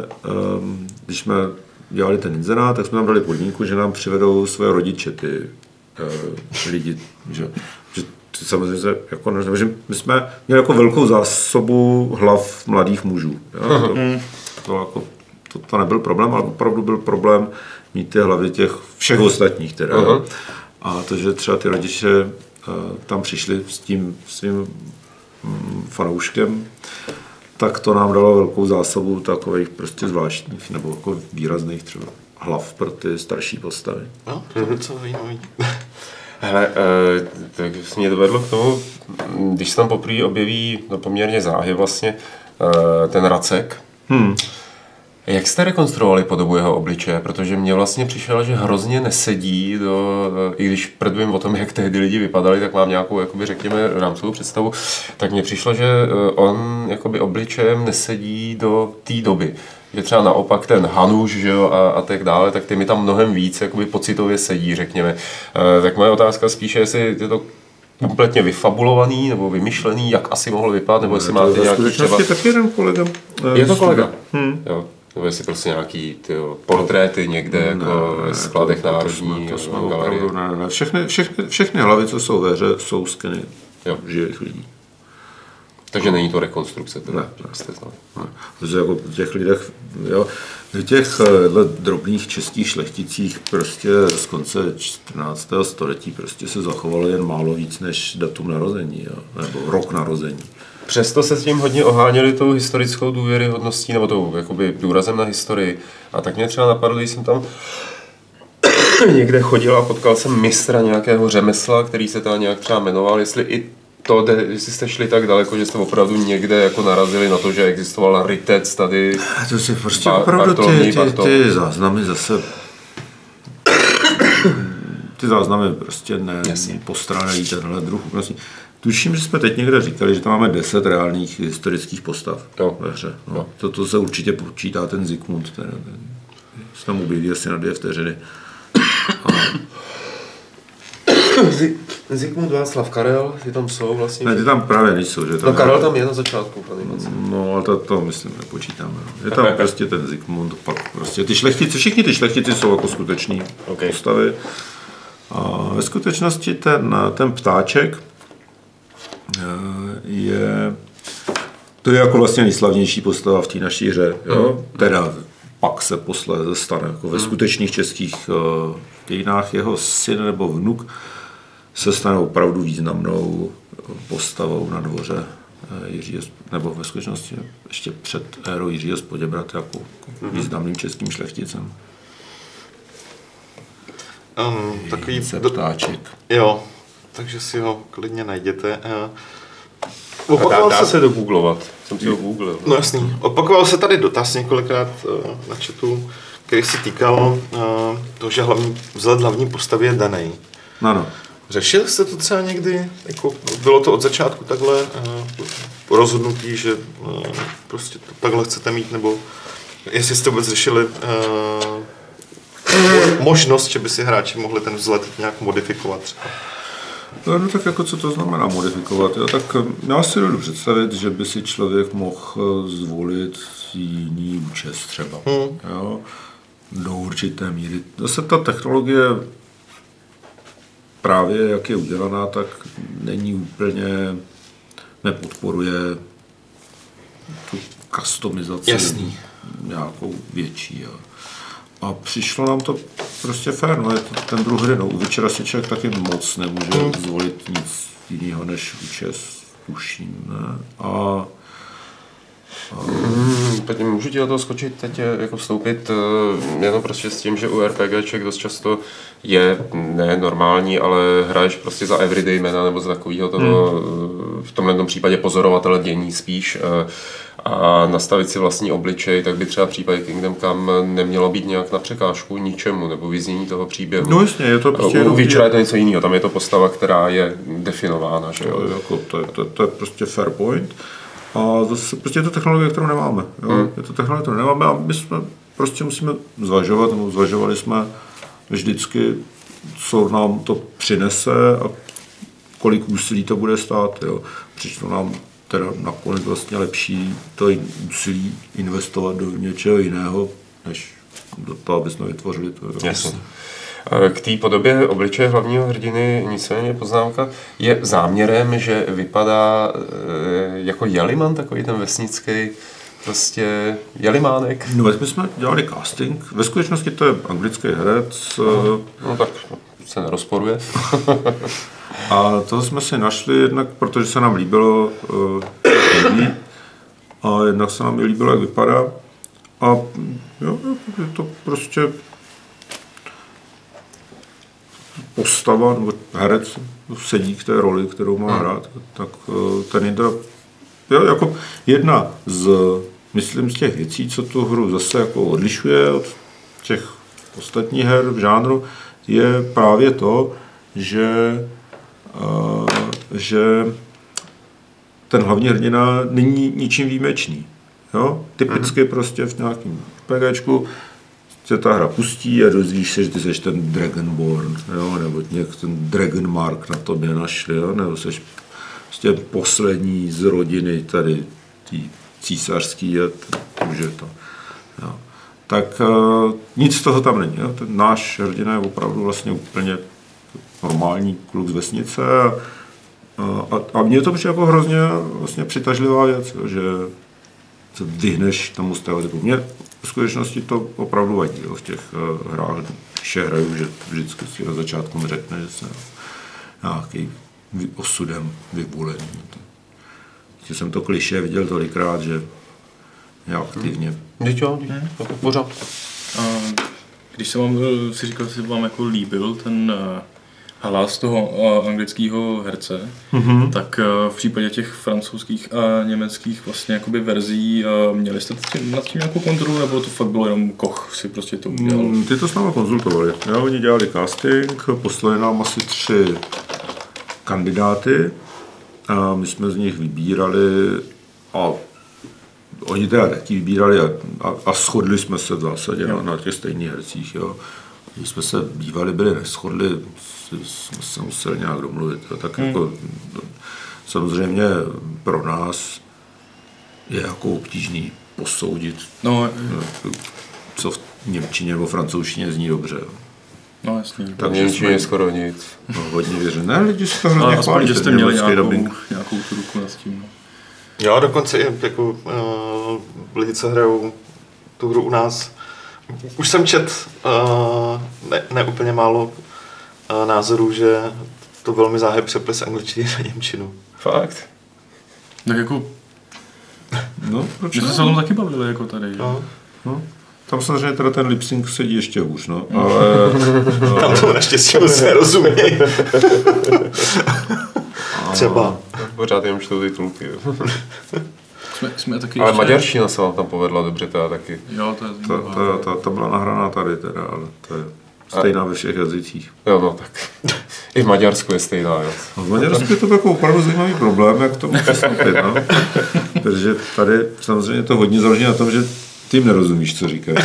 když jsme dělali ten inzerát, tak jsme tam dali podmínku, že nám přivedou svoje rodiče, ty lidi. Že samozřejmě, jako, že my jsme měli jako velkou zásobu hlav mladých mužů. Jo? To nebyl problém, ale opravdu byl problém mít ty hlavy těch všech ostatních. Teda, a to, že třeba ty rodiče tam přišli s tím svým fanouškem, tak to nám dalo velkou zásobu takových prostě zvláštních nebo jako výrazných třeba hlav pro ty starší postavy. No, to je co zajímavý. Hele, tak mě dovedlo k tomu, když se tam poprvé objeví poměrně záhy vlastně ten Racek. Jak jste rekonstruovali podobu jeho obličeje? Protože mně vlastně přišlo, že hrozně nesedí i když predvím o tom, jak tehdy lidi vypadali, tak mám nějakou, jakoby, řekněme, rámcovou představu, tak mně přišlo, že on jakoby obličejem nesedí do té doby. Že třeba naopak ten Hanuš, že jo, a tak dále, tak ty mi tam mnohem víc jakoby pocitově sedí, řekněme. Tak moje otázka spíše, jestli je to kompletně vyfabulovaný nebo vymyšlený, jak asi mohlo vypadat, nebo jestli máte nějaký třeba... Je taky jeden kolega. Je to kolega? Jo. Nebo jestli prostě nějaký portréty někde jako ve skladech Národní galerie. Ne. Všechny hlavy, co jsou ve hře, jsou skeny živých lidí. Takže není to rekonstrukce, teda, jste znali. Protože jako v těch lidech, jo, v těch drobných českých šlechticích prostě z konce 14. století prostě se zachovalo jen málo víc než datum narození, jo, nebo rok narození. Přesto se s tím hodně oháněli tou historickou důvěryhodností, nebo tou jakoby důrazem na historii. A tak mě třeba napadlo, když jsem tam někde chodil a potkal jsem mistra nějakého řemesla, který se tam nějak třeba jmenoval, jestli jste šli tak daleko, že jste opravdu někde jako narazili na to, že existoval rytec tady. To si prostě opravdu ty záznamy zase ty záznamy prostě nepostrádají tenhle druh. Vlastně. Tuším, že jsme teď někde říkali, že tam máme 10 reálných historických postav ve hře. No. To se určitě počítá ten Zikmund, ten se tam objeví asi na 2 vteřiny. Zikmund, Václav, Karel, ty tam jsou vlastně. Ne, ty tam právě nejsou. Že tam Karel tam je na začátku v animaci. No, ale to myslím nepočítáme. Je tam prostě ten Zikmund, pak prostě ty šlechtici, všichni ty šlechtici jsou jako skuteční postavy. A ve skutečnosti ten ptáček to je jako vlastně nejslavnější postava v té naší hře. Jo? Teda pak se posléze stane jako ve skutečných českých dějinách jeho syn nebo vnuk se stane opravdu významnou postavou na dvoře Jiřího, nebo ve skutečnosti ještě před érou Jiřího z Poděbrad jako významným českým šlechticem. Takový ptáček. Jo, takže si ho klidně najděte. Dá se dogooglovat. Jsem si ho googlil. No jasný. Opakoval se tady dotaz několikrát na chatu, který se týkal toho, že vzhled hlavní postavy je danej. Ano. Řešili jste to třeba někdy? Jako, bylo to od začátku takhle rozhodnutí, že prostě to takhle chcete mít, nebo jestli jste vůbec řešili možnost, že by si hráči mohli ten vzhled nějak modifikovat třeba. No tak jako co to znamená modifikovat? Jo? Tak já si dovedu představit, že by si člověk mohl zvolit jiný účes třeba. Jo? Do určité míry. Zase ta technologie právě jak je udělaná, tak není úplně, nepodporuje tu customizaci nějakou větší. Jo. A přišlo nám to prostě fér, no je to ten druh hry, no u Witchera si člověk taky moc nemůže zvolit nic jiného než účes, tuším, ne? Teď můžu ti do toho skočit, teď jako vstoupit jenom prostě s tím, že u RPGček dost často je ne normální, ale hraješ prostě za everyday mana nebo za takového toho, v tomhle případě pozorovatele dění spíš a nastavit si vlastní obličej, tak by třeba v případě Kingdom Come nemělo být nějak na překážku ničemu nebo vyznění toho příběhu. No jasně, je to prostě u Witchera je to něco jiného, tam je to postava, která je definována, že jo. To je prostě fair point. A zase prostě je to technologie, kterou nemáme. Jo? Je to technologie, kterou nemáme a my jsme prostě musíme zvažovat, nebo zvažovali jsme vždycky, co nám to přinese a kolik úsilí to bude stát. Jo? Přišlo nám teda nakonec vlastně lepší to úsilí investovat do něčeho jiného, než do toho, aby jsme vytvořili to. Jasně. K té podobě obličeje hlavního hrdiny nicméně poznámka je záměrem, že vypadá jako Jeliman, takový ten vesnický prostě Jelimánek. No, my jsme dělali casting. Ve skutečnosti to je anglický herec. No tak se nerozporuje. A to jsme si našli jednak, protože se nám líbilo a jednak se nám líbilo, jak vypadá. A jo, je to prostě postava, nebo herec sedí k té roli, kterou má hrát, tak ten Indra, jo, jako jedna z, myslím, z těch věcí, co tu hru zase jako odlišuje od těch ostatních her v žánru, je právě to, že ten hlavní hrdina není ničím výjimečný. Jo? Typicky prostě v nějakém RPGčku se ta hra pustí a dozvíš se, že ty seš ten Dragonborn, jo? Nebo nějak ten Dragon Mark na tobě našli, jo? Nebo seš prostě poslední z rodiny tady tý císařský a může to. Jo? Tak nic z toho tam není. Jo? Ten náš hrdina je opravdu vlastně úplně normální kluk z vesnice a mně to přijde jako hrozně vlastně přitažlivá věc, jo? Že se vyhneš tomu stereotypu. Mně v skutečnosti to opravdu vadí, jo, v těch hrách, když hraju, že vždycky si na začátku mi řekne, že jsem nějaký osudem vyvolený. Jsem to klišé viděl tolikrát, že já aktivně. Jako pořád. Když se vám, si říkal, že se vám jako líbil ten hlas toho anglického herce, tak v případě těch francouzských a německých vlastně jakoby verzí měli jste nad tím nějakou kontrolu, nebo to fakt bylo jenom Koch si prostě to udělal? Ty to s námi konzultovali. Jo, oni dělali casting, poslali nám asi 3 kandidáty a my jsme z nich vybírali a oni teda taky vybírali a shodli jsme se v zásadě na těch stejných hercích. Jo. Když jsme se bývali, byli neshodli, jsme se museli nějak domluvit. Jo. Tak jako, samozřejmě pro nás je jako obtížný posoudit, co v němčině nebo francouzštině zní dobře. Jo. No jasně. Tak němčině je skoro nic. No, hodně věřím. Ne, lidi si to hrozně chválí. Že jste měli nějakou tu ruku nad tím. Jo, dokonce i jako lidi, co hrajou tu hru u nás. Už jsem čet ne úplně málo názorů, že to velmi záhy přeplis angličtiny na němčinu. Fakt? Tak jako... No, proč jsme se o tom taky bavili jako tady. No. Tam samozřejmě teda ten lip-sync sedí ještě hůř, no. Ale... Tam to naštěstí moc nerozumějí. Třeba. Pořád jim čtou titulky. Jsme taky ale maďarština se vám tam povedla dobře teda taky. Jo, to je ta byla nahraná tady teda, ale to je stejná ve všech jazycích. Jo, no tak. I v Maďarsku je stejná, jo. No, v Maďarsku je to jako opravdu zajímavý problém, jak to může přistoupit, no. Protože tady samozřejmě to hodně záleží na tom, že Ty jim nerozumíš, co říkají.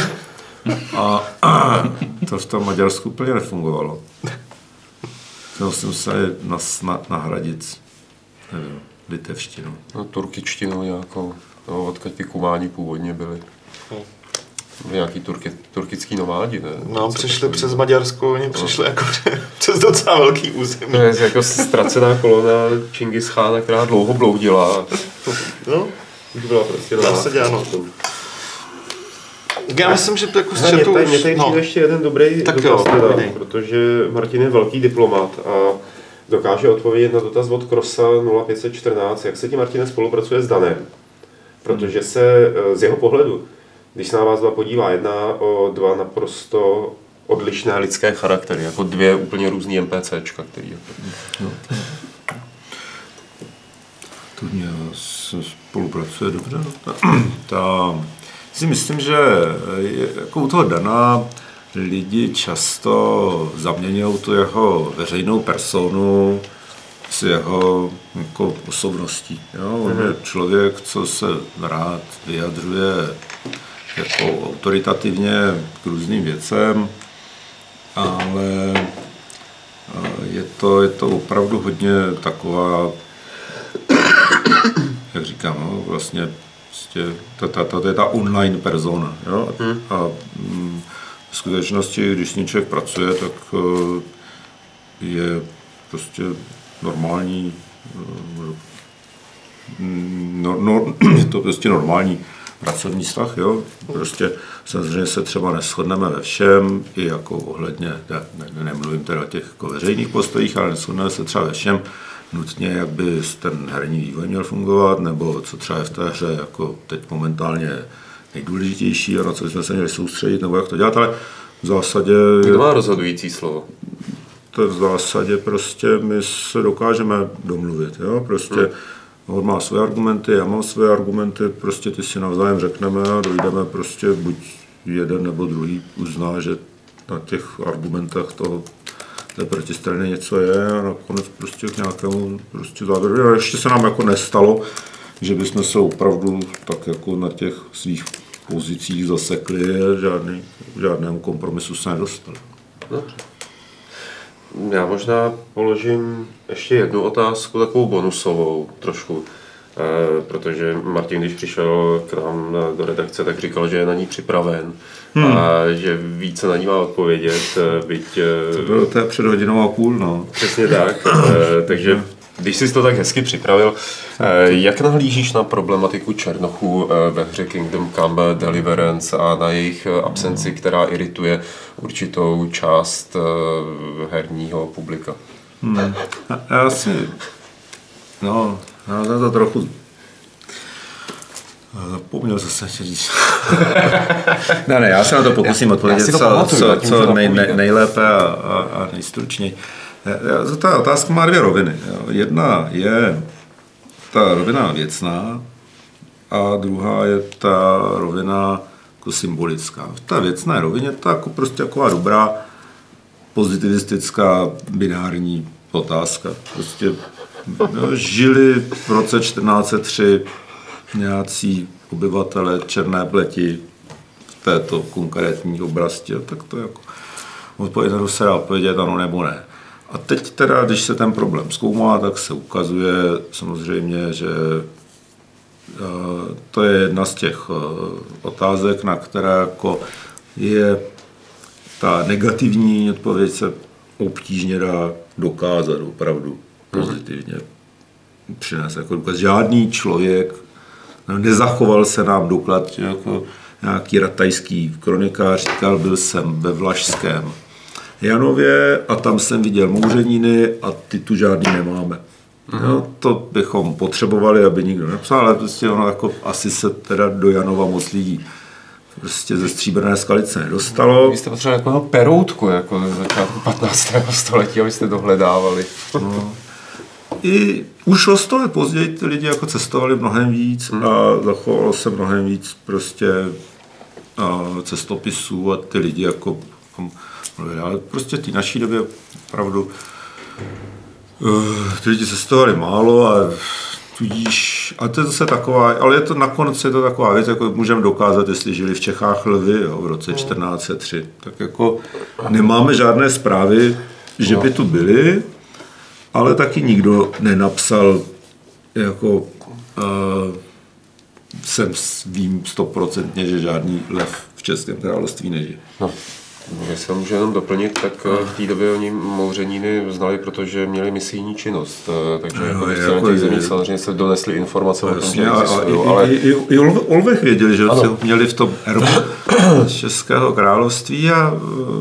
A to v tom Maďarsku úplně nefungovalo. Jsem se nahradit, nevím, litevštinu. No, turkičtinu nějakou, no, odkud ty Kumáni původně byli. Nějaký turkický nomádi, ne? No, přišli přes Maďarsko, oni přišli jako přes docela velký území. To je jako ztracená kolona Čingischána, která dlouho bloudila. No, Už byla prostě ano. Já myslím, že to jako Mě tady přijde ještě jeden dobrý dotaz, protože Martin je velký diplomat a dokáže odpovědět na dotaz od Krosa 0514, jak se ti, Martine, spolupracuje s Danem. Protože se z jeho pohledu, když se na vás dva podívá, jedná o dva naprosto odlišné lidské charaktery, jako dvě úplně různý NPCčka, který je. No. To mě spolupracuje dobře. Si myslím, že jako u toho Dana lidi často zaměňují tu jeho veřejnou personu s jeho jako osobností. Jo? On je člověk, co se rád vyjadřuje jako autoritativně k různým věcem, ale je to opravdu hodně taková, jak říkám, no, vlastně to je ta online persona. Jo? A v skutečnosti, když s ním člověk pracuje, tak je prostě normální, je to prostě normální pracovní vztah, jo? Prostě samozřejmě se třeba neshodneme ve všem, i jako ohledně, nemluvím teda o těch jako veřejných postojích, ale neshodneme se třeba ve všem nutně, jak by ten herní vývoj měl fungovat, nebo co třeba je v té hře jako teď momentálně nejdůležitější a na co jsme se měli soustředit, nebo jak to dělat, ale v zásadě... Kdo má rozhodující slovo? To v zásadě prostě my se dokážeme domluvit, jo? Prostě on má své argumenty, já mám své argumenty, prostě ty si navzájem řekneme a dojdeme prostě buď jeden nebo druhý uzná, že na těch argumentech toho té protistrany něco je a nakonec prostě k nějakému prostě závěru. A ještě se nám jako nestalo, že bychom se opravdu tak jako na těch svých pozicích zasekli a žádnému kompromisu se nedostali. Dobře. Já možná položím ještě jednu otázku, takovou bonusovou trošku, protože Martin, když přišel k nám do redakce, tak říkal, že je na ní připraven a že ví, co na ní má odpovědět, byť... To je před hodinou a půl, no. Přesně tak, takže když jsi to tak hezky připravil, jak nahlížíš na problematiku černochů ve hře Kingdom Come Deliverance a na jejich absenci, která irituje určitou část herního publika? Já to trochu zapomněl zase říct. ne, já se na to pokusím odpovědět co nejlépe a nejstručněji. Ta otázka má dvě roviny. Jedna je ta rovina věcná a druhá je ta rovina jako symbolická. V té věcné rovině to jako prostě taková dobrá pozitivistická binární otázka. Prostě žili v roce 1403 nějací obyvatele černé pleti v této konkrétní oblasti, tak to jako odpovědět se dá odpovědět ano nebo ne. A teď teda, když se ten problém zkoumá, tak se ukazuje samozřejmě, že to je jedna z těch otázek, na které jako je ta negativní odpověď se obtížně dá dokázat opravdu pozitivně přinést jako důkaz. Žádný člověk nezachoval se nám doklad, jako nějaký ratajský kronikář říkal, byl jsem ve Vlašském Janově a tam jsem viděl mouřeniny a ty tu žádný nemáme. Jo, to bychom potřebovali, aby nikdo nepsal, ale prostě ono jako asi se teda do Janova moc lidí prostě ze Stříbrné skalice nedostalo. Vy jste potřebovali takového peroutku, jako na začátku 15. století, abyste dohledávali. No. I už o 100 let později ty lidi jako cestovali mnohem víc a zachovalo se mnohem víc prostě cestopisů a ty lidi jako ale prostě v té naší době opravdu ty lidi cestovali málo a tudíž, ale to je zase taková, ale je to nakonec je to taková věc, jako můžeme dokázat, jestli žili v Čechách lvy, jo, v roce 1403, tak jako nemáme žádné zprávy, že by tu byli, ale taky nikdo nenapsal, jako vím 100%, že žádný lev v Českém království nežije. No. Jestli to můžu jenom doplnit, tak v té době oni Mouřeníny znali, protože měli misijní činnost, takže jako těch zemí samozřejmě se donesli informace o tom, že existují. I o lvech věděli, že ho měli v tom erbu Českého království a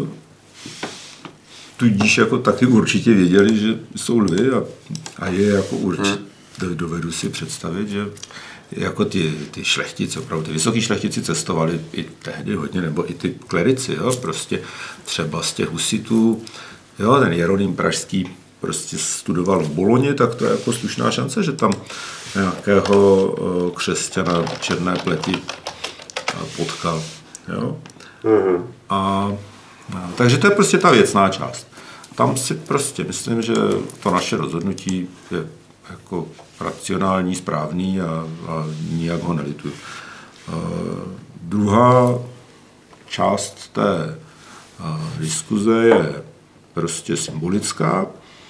tudíž jako taky určitě věděli, že jsou lvy a je jako určitě, dovedu si představit, že jako ty šlechtici, opravdu ty vysoký šlechtici cestovali i tehdy hodně, nebo i ty klerici, jo, prostě třeba z těch husitů, jo, ten Jeroným Pražský prostě studoval v Bologně, tak to je jako slušná šance, že tam nějakého křesťana černé pleti potkal, jo. Takže to je prostě ta věcná část. Tam si prostě myslím, že to naše rozhodnutí je jako racionální, správný a nijak ho nelituju. Druhá část té diskuze je prostě symbolická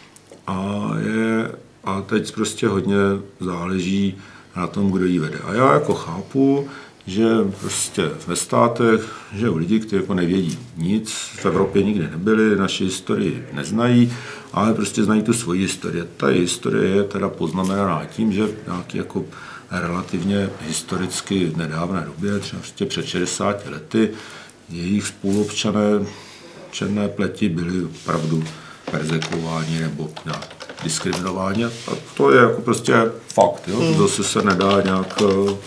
a teď prostě hodně záleží na tom, kdo ji vede. A já jako chápu, že prostě ve státech žijou lidi, kteří jako nevědí nic, v Evropě nikdy nebyli, naši historii neznají, ale prostě znají tu svoji historii. Ta historie je teda poznamenaná tím, že nějaký jako relativně historicky nedávné době, třeba prostě před 60 lety, jejich spoluobčané černé pleti byli opravdu perzekuováni nebo nějak diskriminováni. A to je jako prostě fakt, jo? To zase se nedá nějak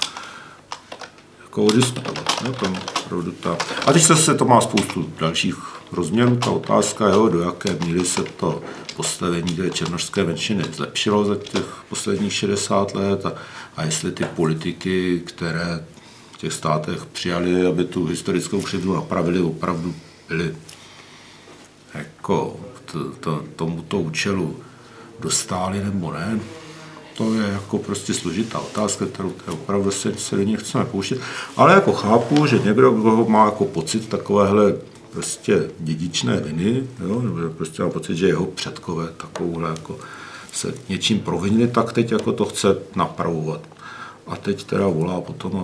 diskutovat. A teď se to má spoustu dalších rozměrů. Ta otázka je, do jaké míry se to postavení té černošské menšiny zlepšilo za těch posledních 60 let a jestli ty politiky, které v těch státech přijali, aby tu historickou křivdu napravili, opravdu byly jako tomuto účelu dostály nebo ne. To je jako prostě složitá otázka, kterou opravdu se do ní chceme pouštět. Ale jako chápu, že někdo, kdo má jako pocit takovéhle prostě dědičné viny, jo, nebo prostě má pocit, že jeho předkové takovouhle jako se něčím provinili, tak teď jako to chce napravovat. A teď teda volá potom,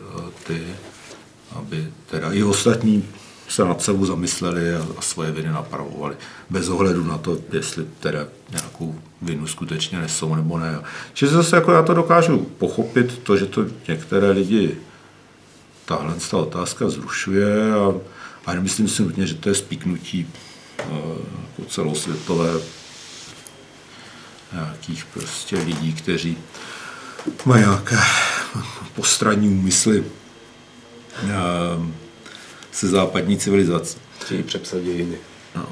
aby teda i ostatní se nad sebou zamysleli a svoje viny napravovali. Bez ohledu na to, jestli teda nějakou vinu skutečně nesou nebo ne. Čiže zase jako já to dokážu pochopit, to, že to některé lidi tahle otázka zrušuje a nemyslím si nutně, že to je spiknutí jako celosvětové nějakých prostě lidí, kteří mají nějaké postranní úmysly se západní civilizací. Chtějí přepsat dějiny. No,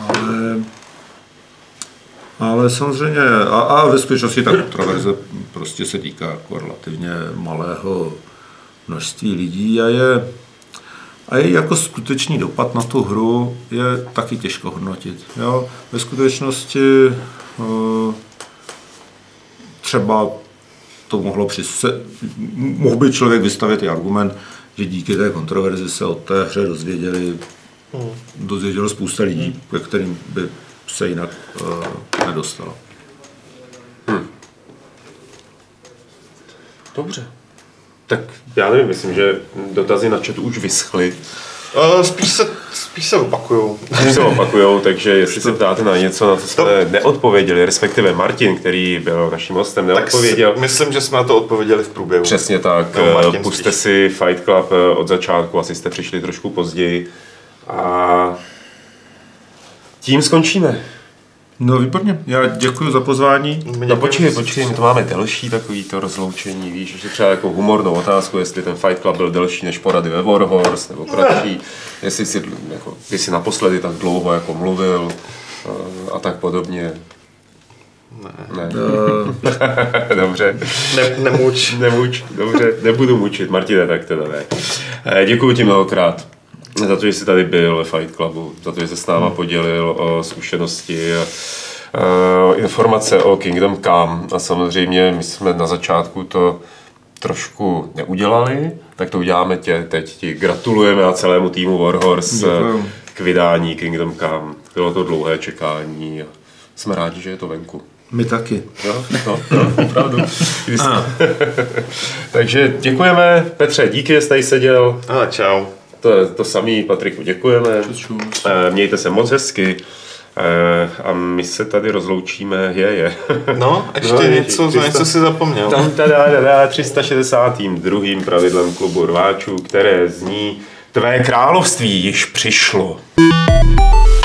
ale samozřejmě, a ve skutečnosti ta kontroverze prostě se týká jako relativně malého množství lidí a je jako skutečný dopad na tu hru je taky těžko hodnotit. Jo? Ve skutečnosti třeba to mohl by člověk vystavit i argument, že díky té kontroverzi se o té hře dozvědělo spousta lidí, ke kterým by se jinak nedostalo. Dobře. Tak já nevím, myslím, že dotazy na chatu už vyschly. Spíš se opakujou. Takže jestli se ptáte na něco, na co jsme neodpověděli, respektive Martin, který byl naším hostem, neodpověděl. Tak myslím, že jsme na to odpověděli v průběhu. Přesně tak. Pusťte si Fight Club od začátku, asi jste přišli trošku později. A tím skončíme. No výborně, já děkuji za pozvání. No počkej, my to máme delší takovýto rozloučení, víš, že třeba jako humornou otázku, jestli ten Fight Club byl delší než porady ve Warhorse, nebo kratší, jestli jsi naposledy tak dlouho jako mluvil a tak podobně. Ne. Dobře. Nemuč. Dobře, nebudu mučit, Martine, tak teda ne. Děkuji ti mnohokrát za to, že jsi tady byl ve Fight Clubu, za to, že se s náma podělil o zkušenosti informace o Kingdom Come a samozřejmě my jsme na začátku to trošku neudělali, tak to uděláme teď. Ti gratulujeme a celému týmu Warhorse k vydání Kingdom Come. Bylo to dlouhé čekání a jsme rádi, že je to venku. My taky. No, opravdu. Takže děkujeme. Petře, díky, že jsi tady seděl. Čau. To samý, Patriku, děkujeme. Čus. Mějte se moc hezky. A my se tady rozloučíme, No, ještě něco si zapomněl. Tam 362. pravidlem klubu rváčů, které zní: Tvé království již přišlo.